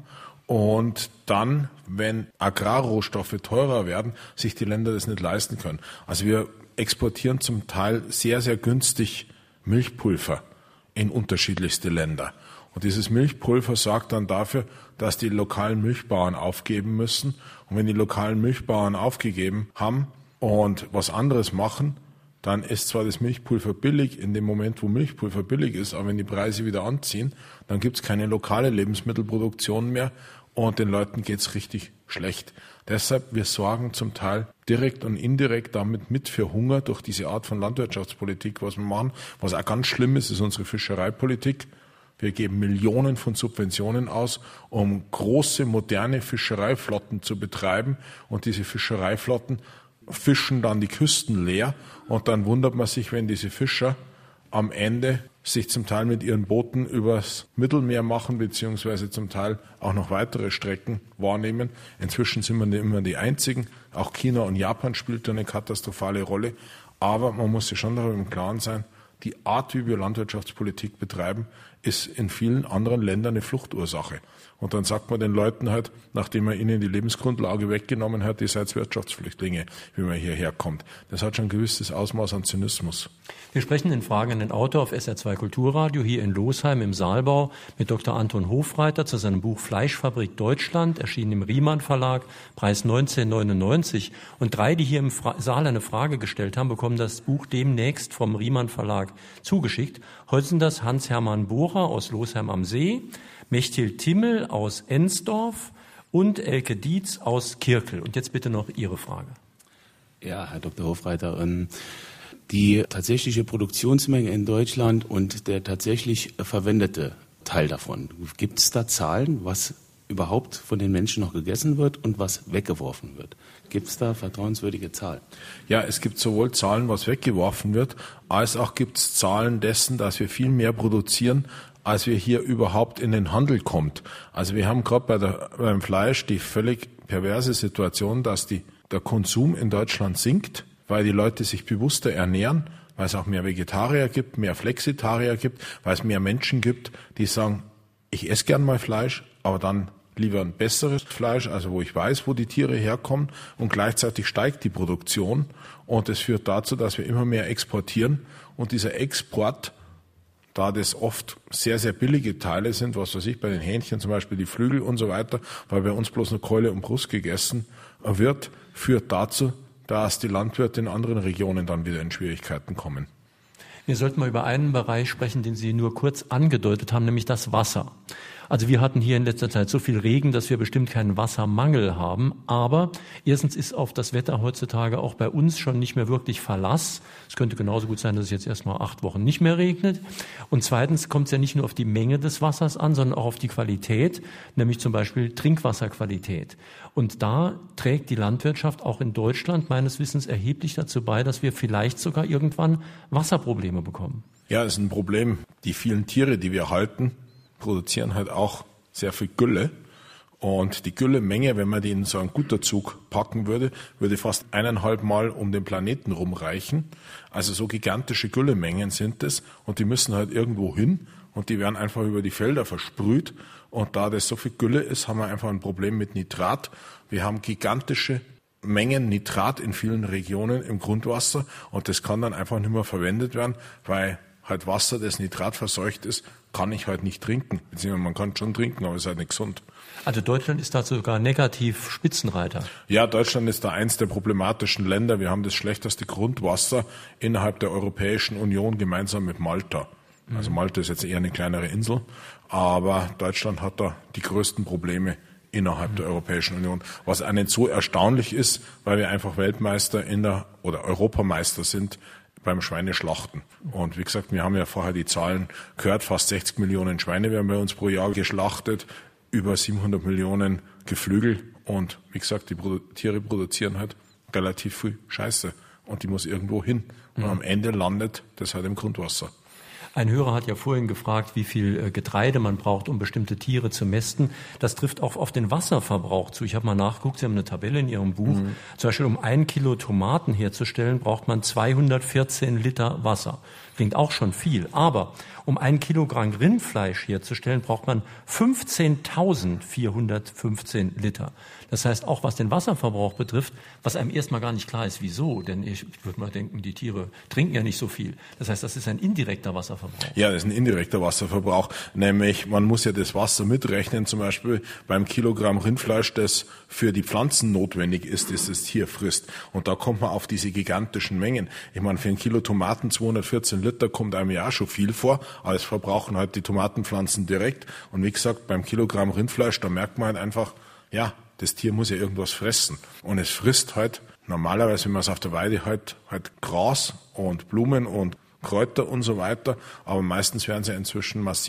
und dann, wenn Agrarrohstoffe teurer werden, sich die Länder das nicht leisten können. Also wir exportieren zum Teil sehr, sehr günstig Milchpulver in unterschiedlichste Länder. Und dieses Milchpulver sorgt dann dafür, dass die lokalen Milchbauern aufgeben müssen. Und wenn die lokalen Milchbauern aufgegeben haben und was anderes machen, dann ist zwar das Milchpulver billig in dem Moment, wo Milchpulver billig ist, aber wenn die Preise wieder anziehen, dann gibt es keine lokale Lebensmittelproduktion mehr und den Leuten geht es richtig schlecht. Deshalb, wir sorgen zum Teil direkt und indirekt damit mit für Hunger durch diese Art von Landwirtschaftspolitik, was wir machen. Was auch ganz schlimm ist, ist unsere Fischereipolitik. Wir geben Millionen von Subventionen aus, um große, moderne Fischereiflotten zu betreiben. Und diese Fischereiflotten fischen dann die Küsten leer. Und dann wundert man sich, wenn diese Fischer am Ende sich zum Teil mit ihren Booten übers Mittelmeer machen, beziehungsweise zum Teil auch noch weitere Strecken wahrnehmen. Inzwischen sind wir nicht immer die Einzigen. Auch China und Japan spielt da eine katastrophale Rolle. Aber man muss sich schon darüber im Klaren sein, die Art, wie wir Landwirtschaftspolitik betreiben, ist in vielen anderen Ländern eine Fluchtursache. Und dann sagt man den Leuten halt, nachdem man ihnen die Lebensgrundlage weggenommen hat, ihr seid Wirtschaftsflüchtlinge, wie man hierher kommt. Das hat schon ein gewisses Ausmaß an Zynismus. Wir sprechen in Fragen an den Autor auf S R zwei Kulturradio hier in Losheim im Saalbau mit Doktor Anton Hofreiter zu seinem Buch Fleischfabrik Deutschland, erschienen im Riemann Verlag, Preis neunzehnhundertneunundneunzig. Und drei, die hier im Saal eine Frage gestellt haben, bekommen das Buch demnächst vom Riemann Verlag zugeschickt. Heute sind das Hans-Hermann Bohrer aus Losheim am See, Mechthild Timmel aus Ensdorf und Elke Dietz aus Kirkel. Und jetzt bitte noch Ihre Frage. Ja, Herr Doktor Hofreiter, die tatsächliche Produktionsmenge in Deutschland und der tatsächlich verwendete Teil davon, gibt es da Zahlen, was überhaupt von den Menschen noch gegessen wird und was weggeworfen wird? Gibt es da vertrauenswürdige Zahlen? Ja, es gibt sowohl Zahlen, was weggeworfen wird, als auch gibt es Zahlen dessen, dass wir viel mehr produzieren, als wir hier überhaupt in den Handel kommt. Also wir haben gerade bei der, beim Fleisch die völlig perverse Situation, dass die, der Konsum in Deutschland sinkt, weil die Leute sich bewusster ernähren, weil es auch mehr Vegetarier gibt, mehr Flexitarier gibt, weil es mehr Menschen gibt, die sagen, ich esse gern mal Fleisch, aber dann lieber ein besseres Fleisch, also wo ich weiß, wo die Tiere herkommen, und gleichzeitig steigt die Produktion und es führt dazu, dass wir immer mehr exportieren und dieser Export, da das oft sehr, sehr billige Teile sind, was weiß ich, bei den Hähnchen zum Beispiel die Flügel und so weiter, weil bei uns bloß nur Keule und Brust gegessen wird, führt dazu, dass die Landwirte in anderen Regionen dann wieder in Schwierigkeiten kommen. Wir sollten mal über einen Bereich sprechen, den Sie nur kurz angedeutet haben, nämlich das Wasser. Also wir hatten hier in letzter Zeit so viel Regen, dass wir bestimmt keinen Wassermangel haben. Aber erstens ist auf das Wetter heutzutage auch bei uns schon nicht mehr wirklich Verlass. Es könnte genauso gut sein, dass es jetzt erstmal acht Wochen nicht mehr regnet. Und zweitens kommt es ja nicht nur auf die Menge des Wassers an, sondern auch auf die Qualität, nämlich zum Beispiel Trinkwasserqualität. Und da trägt die Landwirtschaft auch in Deutschland meines Wissens erheblich dazu bei, dass wir vielleicht sogar irgendwann Wasserprobleme bekommen. Ja, das ist ein Problem. Die vielen Tiere, die wir halten, produzieren halt auch sehr viel Gülle. Und die Güllemenge, wenn man die in so einen Güterzug packen würde, würde fast eineinhalb Mal um den Planeten rumreichen. Also so gigantische Güllemengen sind es und die müssen halt irgendwo hin und die werden einfach über die Felder versprüht. Und da das so viel Gülle ist, haben wir einfach ein Problem mit Nitrat. Wir haben gigantische Mengen Nitrat in vielen Regionen im Grundwasser und das kann dann einfach nicht mehr verwendet werden, weil halt Wasser, das nitratverseucht ist, kann ich halt nicht trinken. Beziehungsweise man kann schon trinken, aber es ist halt nicht gesund. Also Deutschland ist da sogar negativ Spitzenreiter. Ja, Deutschland ist da eins der problematischen Länder. Wir haben das schlechteste Grundwasser innerhalb der Europäischen Union gemeinsam mit Malta. Also Malta ist jetzt eher eine kleinere Insel, aber Deutschland hat da die größten Probleme innerhalb der Europäischen Union, was auch nicht so erstaunlich ist, weil wir einfach Weltmeister in der oder Europameister sind beim Schweineschlachten. Und wie gesagt, wir haben ja vorher die Zahlen gehört, fast sechzig Millionen Schweine werden bei uns pro Jahr geschlachtet, über siebenhundert Millionen Geflügel und wie gesagt, die Tiere produzieren halt relativ viel Scheiße und die muss irgendwo hin. Und mhm. am Ende landet das halt im Grundwasser. Ein Hörer hat ja vorhin gefragt, wie viel Getreide man braucht, um bestimmte Tiere zu mästen. Das trifft auch auf den Wasserverbrauch zu. Ich habe mal nachgeguckt, Sie haben eine Tabelle in Ihrem Buch. Mhm. Zum Beispiel, um ein Kilo Tomaten herzustellen, braucht man zweihundertvierzehn Liter Wasser. Klingt auch schon viel. Aber um ein Kilogramm Rindfleisch herzustellen, braucht man fünfzehntausendvierhundertfünfzehn Liter. Das heißt, auch was den Wasserverbrauch betrifft, was einem erstmal gar nicht klar ist, wieso. Denn ich würde mal denken, die Tiere trinken ja nicht so viel. Das heißt, das ist ein indirekter Wasserverbrauch. Ja, das ist ein indirekter Wasserverbrauch. Nämlich, man muss ja das Wasser mitrechnen, zum Beispiel beim Kilogramm Rindfleisch, das für die Pflanzen notwendig ist, das das Tier frisst. Und da kommt man auf diese gigantischen Mengen. Ich meine, für ein Kilo Tomaten zweihundertvierzehn Liter kommt einem ja auch schon viel vor, aber es verbrauchen halt die Tomatenpflanzen direkt. Und wie gesagt, beim Kilogramm Rindfleisch, da merkt man halt einfach, ja, das Tier muss ja irgendwas fressen. Und es frisst halt normalerweise, wenn man es auf der Weide halt, halt Gras und Blumen und Kräuter und so weiter. Aber meistens werden sie inzwischen massiv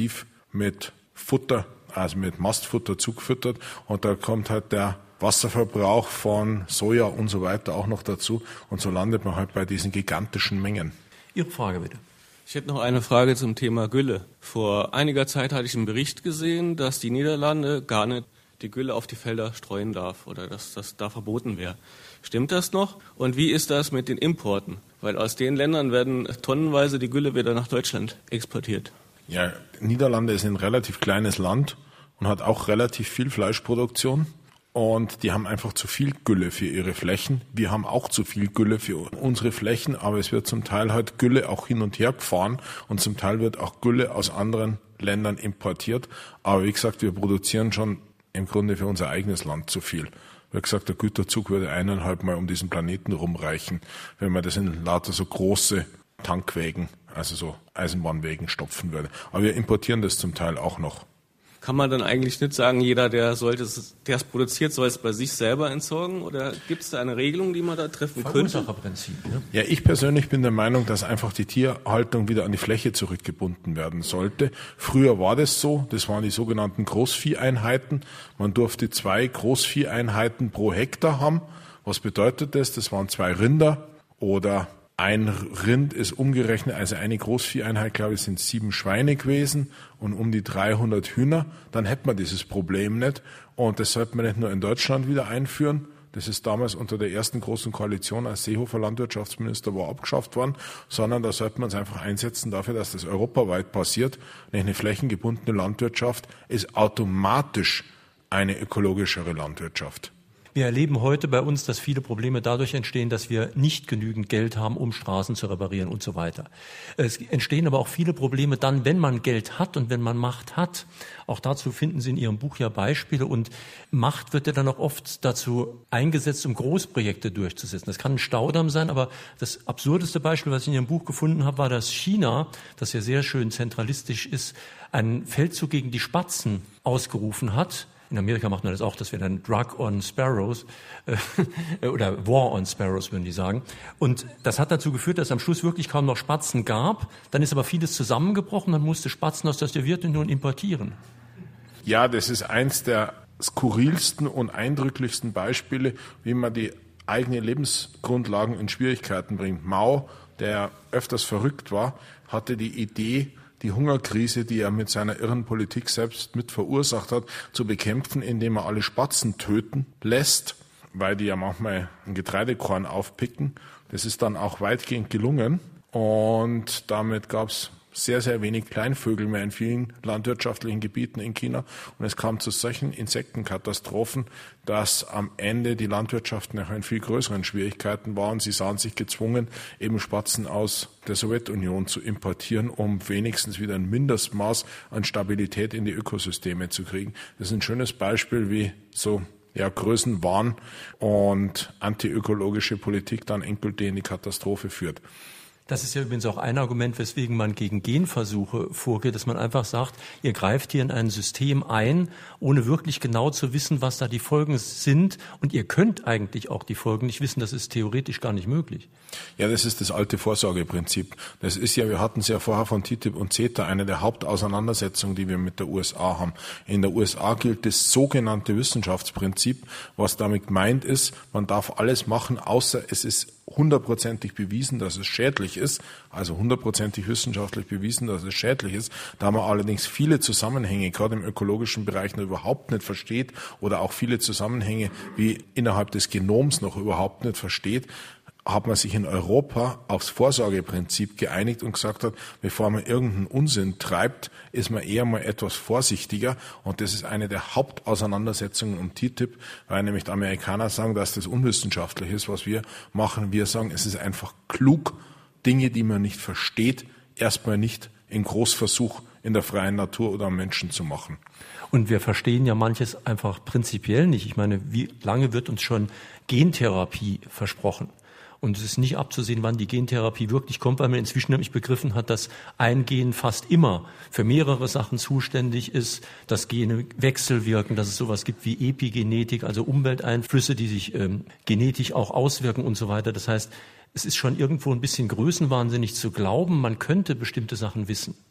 mit Futter, also mit Mastfutter zugefüttert und da kommt halt der Wasserverbrauch von Soja und so weiter auch noch dazu und so landet man halt bei diesen gigantischen Mengen. Ihre Frage bitte. Ich hätte noch eine Frage zum Thema Gülle. Vor einiger Zeit hatte ich einen Bericht gesehen, dass die Niederlande gar nicht die Gülle auf die Felder streuen darf oder dass das da verboten wäre. Stimmt das noch? Und wie ist das mit den Importen? Weil aus den Ländern werden tonnenweise die Gülle wieder nach Deutschland exportiert. Ja, Niederlande ist ein relativ kleines Land und hat auch relativ viel Fleischproduktion. Und die haben einfach zu viel Gülle für ihre Flächen. Wir haben auch zu viel Gülle für unsere Flächen, aber es wird zum Teil halt Gülle auch hin und her gefahren und zum Teil wird auch Gülle aus anderen Ländern importiert. Aber wie gesagt, wir produzieren schon im Grunde für unser eigenes Land zu viel. Wie gesagt, der Güterzug würde eineinhalb Mal um diesen Planeten rumreichen, wenn man das in lauter so große Tankwägen, also so Eisenbahnwägen stopfen würde. Aber wir importieren das zum Teil auch noch. Kann man dann eigentlich nicht sagen, jeder, der sollte es, der es produziert, soll es bei sich selber entsorgen? Oder gibt es da eine Regelung, die man da treffen könnte? Verursacherprinzip, ne? Ja, ich persönlich bin der Meinung, dass einfach die Tierhaltung wieder an die Fläche zurückgebunden werden sollte. Früher war das so, das waren die sogenannten Großvieheinheiten. Man durfte zwei Großvieheinheiten pro Hektar haben. Was bedeutet das? Das waren zwei Rinder oder ein Rind ist umgerechnet, also eine Großvieheinheit, glaube ich, sind sieben Schweine gewesen und um die dreihundert Hühner. Dann hätte man dieses Problem nicht. Und das sollte man nicht nur in Deutschland wieder einführen. Das ist damals unter der ersten großen Koalition, als Seehofer Landwirtschaftsminister war, abgeschafft worden, sondern da sollte man es einfach einsetzen dafür, dass das europaweit passiert. Eine flächengebundene Landwirtschaft ist automatisch eine ökologischere Landwirtschaft. Wir erleben heute bei uns, dass viele Probleme dadurch entstehen, dass wir nicht genügend Geld haben, um Straßen zu reparieren und so weiter. Es entstehen aber auch viele Probleme dann, wenn man Geld hat und wenn man Macht hat. Auch dazu finden Sie in Ihrem Buch ja Beispiele. Und Macht wird ja dann auch oft dazu eingesetzt, um Großprojekte durchzusetzen. Das kann ein Staudamm sein, aber das absurdeste Beispiel, was ich in Ihrem Buch gefunden habe, war, dass China, das ja sehr schön zentralistisch ist, einen Feldzug gegen die Spatzen ausgerufen hat. In Amerika macht man das auch, dass wir dann Drug on Sparrows äh, oder War on Sparrows, würden die sagen. Und das hat dazu geführt, dass es am Schluss wirklich kaum noch Spatzen gab. Dann ist aber vieles zusammengebrochen, dann musste Spatzen aus der Sowjetunion importieren. Ja, das ist eins der skurrilsten und eindrücklichsten Beispiele, wie man die eigene Lebensgrundlagen in Schwierigkeiten bringt. Mao, der öfters verrückt war, hatte die Idee, die Hungerkrise, die er mit seiner irren Politik selbst mit verursacht hat, zu bekämpfen, indem er alle Spatzen töten lässt, weil die ja manchmal ein Getreidekorn aufpicken. Das ist dann auch weitgehend gelungen und damit gab es sehr, sehr wenig Kleinvögel mehr in vielen landwirtschaftlichen Gebieten in China. Und es kam zu solchen Insektenkatastrophen, dass am Ende die Landwirtschaft noch in viel größeren Schwierigkeiten war. Und sie sahen sich gezwungen, eben Spatzen aus der Sowjetunion zu importieren, um wenigstens wieder ein Mindestmaß an Stabilität in die Ökosysteme zu kriegen. Das ist ein schönes Beispiel, wie so ja, Größenwahn und antiökologische Politik dann endgültig in die Katastrophe führt. Das ist ja übrigens auch ein Argument, weswegen man gegen Genversuche vorgeht, dass man einfach sagt, ihr greift hier in ein System ein, ohne wirklich genau zu wissen, was da die Folgen sind. Und ihr könnt eigentlich auch die Folgen nicht wissen, das ist theoretisch gar nicht möglich. Ja, das ist das alte Vorsorgeprinzip. Das ist ja, wir hatten es ja vorher von T T I P und CETA, eine der Hauptauseinandersetzungen, die wir mit der U S A haben. In der U S A gilt das sogenannte Wissenschaftsprinzip, was damit gemeint ist, man darf alles machen, außer es ist hundertprozentig bewiesen, dass es schädlich ist, also hundertprozentig wissenschaftlich bewiesen, dass es schädlich ist. Da man allerdings viele Zusammenhänge, gerade im ökologischen Bereich, noch überhaupt nicht versteht oder auch viele Zusammenhänge wie innerhalb des Genoms noch überhaupt nicht versteht, hat man sich in Europa aufs Vorsorgeprinzip geeinigt und gesagt hat, bevor man irgendeinen Unsinn treibt, ist man eher mal etwas vorsichtiger. Und das ist eine der Hauptauseinandersetzungen um T T I P, weil nämlich die Amerikaner sagen, dass das unwissenschaftlich ist, was wir machen. Wir sagen, es ist einfach klug, Dinge, die man nicht versteht, erstmal nicht in Großversuch in der freien Natur oder am Menschen zu machen. Und wir verstehen ja manches einfach prinzipiell nicht. Ich meine, wie lange wird uns schon Gentherapie versprochen? Und es ist nicht abzusehen, wann die Gentherapie wirklich kommt, weil man inzwischen nämlich begriffen hat, dass ein Gen fast immer für mehrere Sachen zuständig ist, dass Gene wechselwirken, dass es sowas gibt wie Epigenetik, also Umwelteinflüsse, die sich ähm, genetisch auch auswirken und so weiter. Das heißt, es ist schon irgendwo ein bisschen größenwahnsinnig zu glauben, man könnte bestimmte Sachen wissen.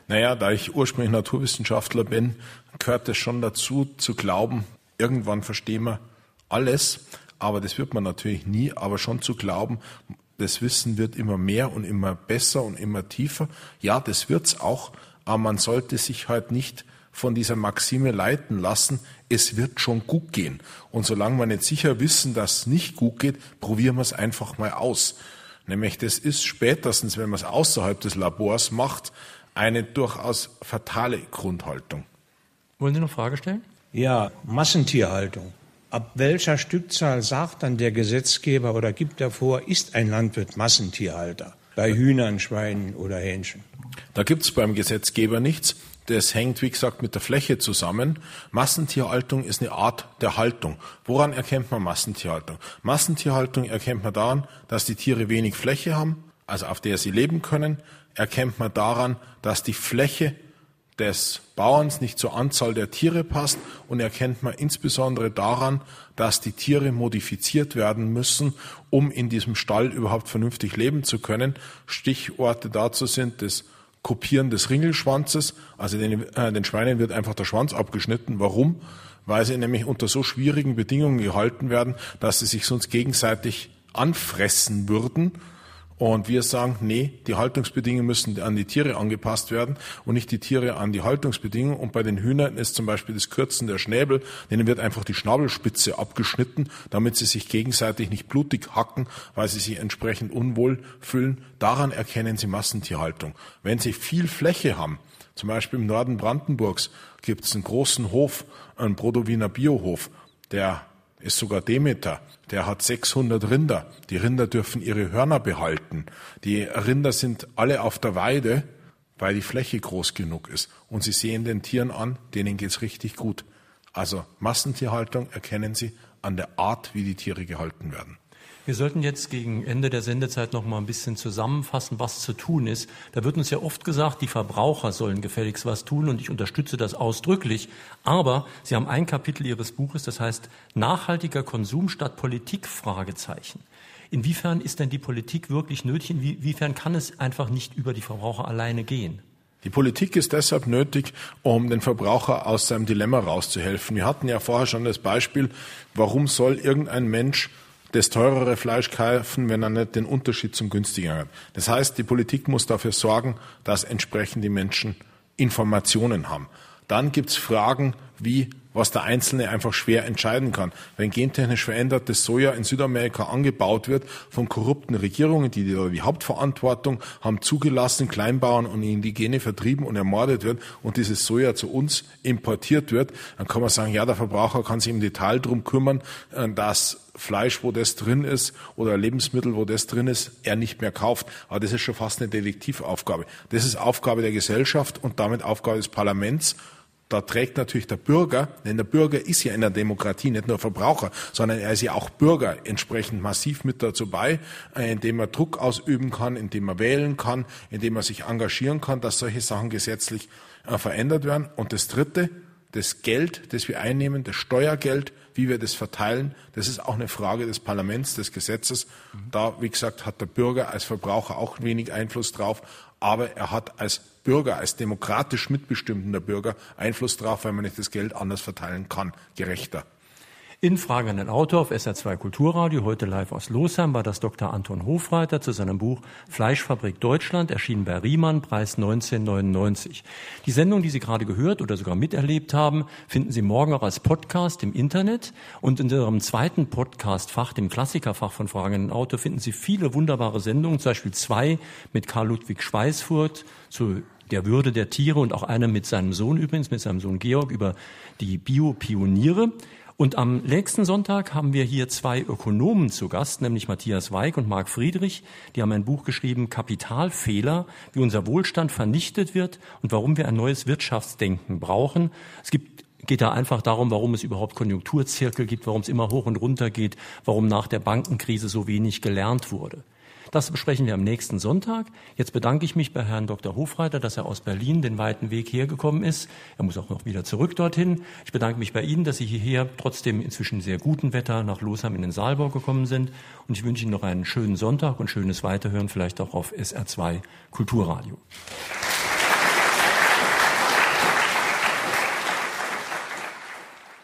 Naja, da ich ursprünglich Naturwissenschaftler bin, gehört es schon dazu, zu glauben, irgendwann verstehen wir alles, aber das wird man natürlich nie, aber schon zu glauben, das Wissen wird immer mehr und immer besser und immer tiefer. Ja, das wird's auch, aber man sollte sich halt nicht von dieser Maxime leiten lassen, es wird schon gut gehen. Und solange wir nicht sicher wissen, dass es nicht gut geht, probieren wir es einfach mal aus. Nämlich das ist spätestens, wenn man es außerhalb des Labors macht, eine durchaus fatale Grundhaltung. Wollen Sie noch eine Frage stellen? Ja, Massentierhaltung. Ab welcher Stückzahl sagt dann der Gesetzgeber oder gibt er vor, ist ein Landwirt Massentierhalter? Bei Hühnern, Schweinen oder Hähnchen? Da gibt es beim Gesetzgeber nichts. Das hängt, wie gesagt, mit der Fläche zusammen. Massentierhaltung ist eine Art der Haltung. Woran erkennt man Massentierhaltung? Massentierhaltung erkennt man daran, dass die Tiere wenig Fläche haben, also auf der sie leben können. Erkennt man daran, dass die Fläche des Bauerns nicht zur Anzahl der Tiere passt, und erkennt man insbesondere daran, dass die Tiere modifiziert werden müssen, um in diesem Stall überhaupt vernünftig leben zu können. Stichworte dazu sind das Kopieren des Ringelschwanzes, also den, äh, den Schweinen wird einfach der Schwanz abgeschnitten. Warum? Weil sie nämlich unter so schwierigen Bedingungen gehalten werden, dass sie sich sonst gegenseitig anfressen würden. Und wir sagen, nee, die Haltungsbedingungen müssen an die Tiere angepasst werden und nicht die Tiere an die Haltungsbedingungen. Und bei den Hühnern ist zum Beispiel das Kürzen der Schnäbel, denen wird einfach die Schnabelspitze abgeschnitten, damit sie sich gegenseitig nicht blutig hacken, weil sie sich entsprechend unwohl fühlen. Daran erkennen sie Massentierhaltung. Wenn sie viel Fläche haben, zum Beispiel im Norden Brandenburgs gibt es einen großen Hof, einen Brodowiner Biohof, der ist sogar Demeter. Der hat sechshundert Rinder. Die Rinder dürfen ihre Hörner behalten. Die Rinder sind alle auf der Weide, weil die Fläche groß genug ist. Und sie sehen den Tieren an, denen geht's richtig gut. Also Massentierhaltung erkennen Sie an der Art, wie die Tiere gehalten werden. Wir sollten jetzt gegen Ende der Sendezeit noch mal ein bisschen zusammenfassen, was zu tun ist. Da wird uns ja oft gesagt, die Verbraucher sollen gefälligst was tun, und ich unterstütze das ausdrücklich. Aber Sie haben ein Kapitel Ihres Buches, das heißt nachhaltiger Konsum statt Politik, Fragezeichen. Inwiefern ist denn die Politik wirklich nötig? Inwiefern kann es einfach nicht über die Verbraucher alleine gehen? Die Politik ist deshalb nötig, um den Verbraucher aus seinem Dilemma rauszuhelfen. Wir hatten ja vorher schon das Beispiel, warum soll irgendein Mensch das teurere Fleisch kaufen, wenn er nicht den Unterschied zum günstigeren hat. Das heißt, die Politik muss dafür sorgen, dass entsprechend die Menschen Informationen haben. Dann gibt es Fragen wie, was der Einzelne einfach schwer entscheiden kann. Wenn gentechnisch verändertes Soja in Südamerika angebaut wird von korrupten Regierungen, die die, die Hauptverantwortung haben, zugelassen, Kleinbauern und Indigene vertrieben und ermordet wird, und dieses Soja zu uns importiert wird, dann kann man sagen, ja, der Verbraucher kann sich im Detail drum kümmern, dass Fleisch, wo das drin ist, oder Lebensmittel, wo das drin ist, er nicht mehr kauft. Aber das ist schon fast eine Detektivaufgabe. Das ist Aufgabe der Gesellschaft und damit Aufgabe des Parlaments. Da trägt natürlich der Bürger, denn der Bürger ist ja in der Demokratie nicht nur Verbraucher, sondern er ist ja auch Bürger, entsprechend massiv mit dazu bei, indem er Druck ausüben kann, indem er wählen kann, indem er sich engagieren kann, dass solche Sachen gesetzlich äh, verändert werden. Und das Dritte, das Geld, das wir einnehmen, das Steuergeld, wie wir das verteilen, das ist auch eine Frage des Parlaments, des Gesetzes. Da, wie gesagt, hat der Bürger als Verbraucher auch wenig Einfluss drauf, aber er hat als Bürger, als demokratisch mitbestimmender Bürger Einfluss drauf, weil man nicht das Geld anders verteilen kann, gerechter. In Frage an den Autor auf S R zwei Kulturradio, heute live aus Losheim, war das Doktor Anton Hofreiter zu seinem Buch Fleischfabrik Deutschland, erschienen bei Riemann, Preis neunzehnhundertneunundneunzig. Die Sendung, die Sie gerade gehört oder sogar miterlebt haben, finden Sie morgen auch als Podcast im Internet. Und in unserem zweiten Podcastfach, dem Klassikerfach von Fragen an den Autor, finden Sie viele wunderbare Sendungen, zum Beispiel zwei mit Karl Ludwig Schweißfurth zu der Würde der Tiere und auch eine mit seinem Sohn übrigens, mit seinem Sohn Georg, über die Biopioniere. Und am nächsten Sonntag haben wir hier zwei Ökonomen zu Gast, nämlich Matthias Weig und Marc Friedrich. Die haben ein Buch geschrieben, Kapitalfehler, wie unser Wohlstand vernichtet wird und warum wir ein neues Wirtschaftsdenken brauchen. Es gibt geht da einfach darum, warum es überhaupt Konjunkturzirkel gibt, warum es immer hoch und runter geht, warum nach der Bankenkrise so wenig gelernt wurde. Das besprechen wir am nächsten Sonntag. Jetzt bedanke ich mich bei Herrn Doktor Hofreiter, dass er aus Berlin den weiten Weg hergekommen ist. Er muss auch noch wieder zurück dorthin. Ich bedanke mich bei Ihnen, dass Sie hierher trotzdem inzwischen sehr guten Wetter nach Losheim in den Saalbau gekommen sind. Und ich wünsche Ihnen noch einen schönen Sonntag und schönes Weiterhören, vielleicht auch auf S R zwei Kulturradio.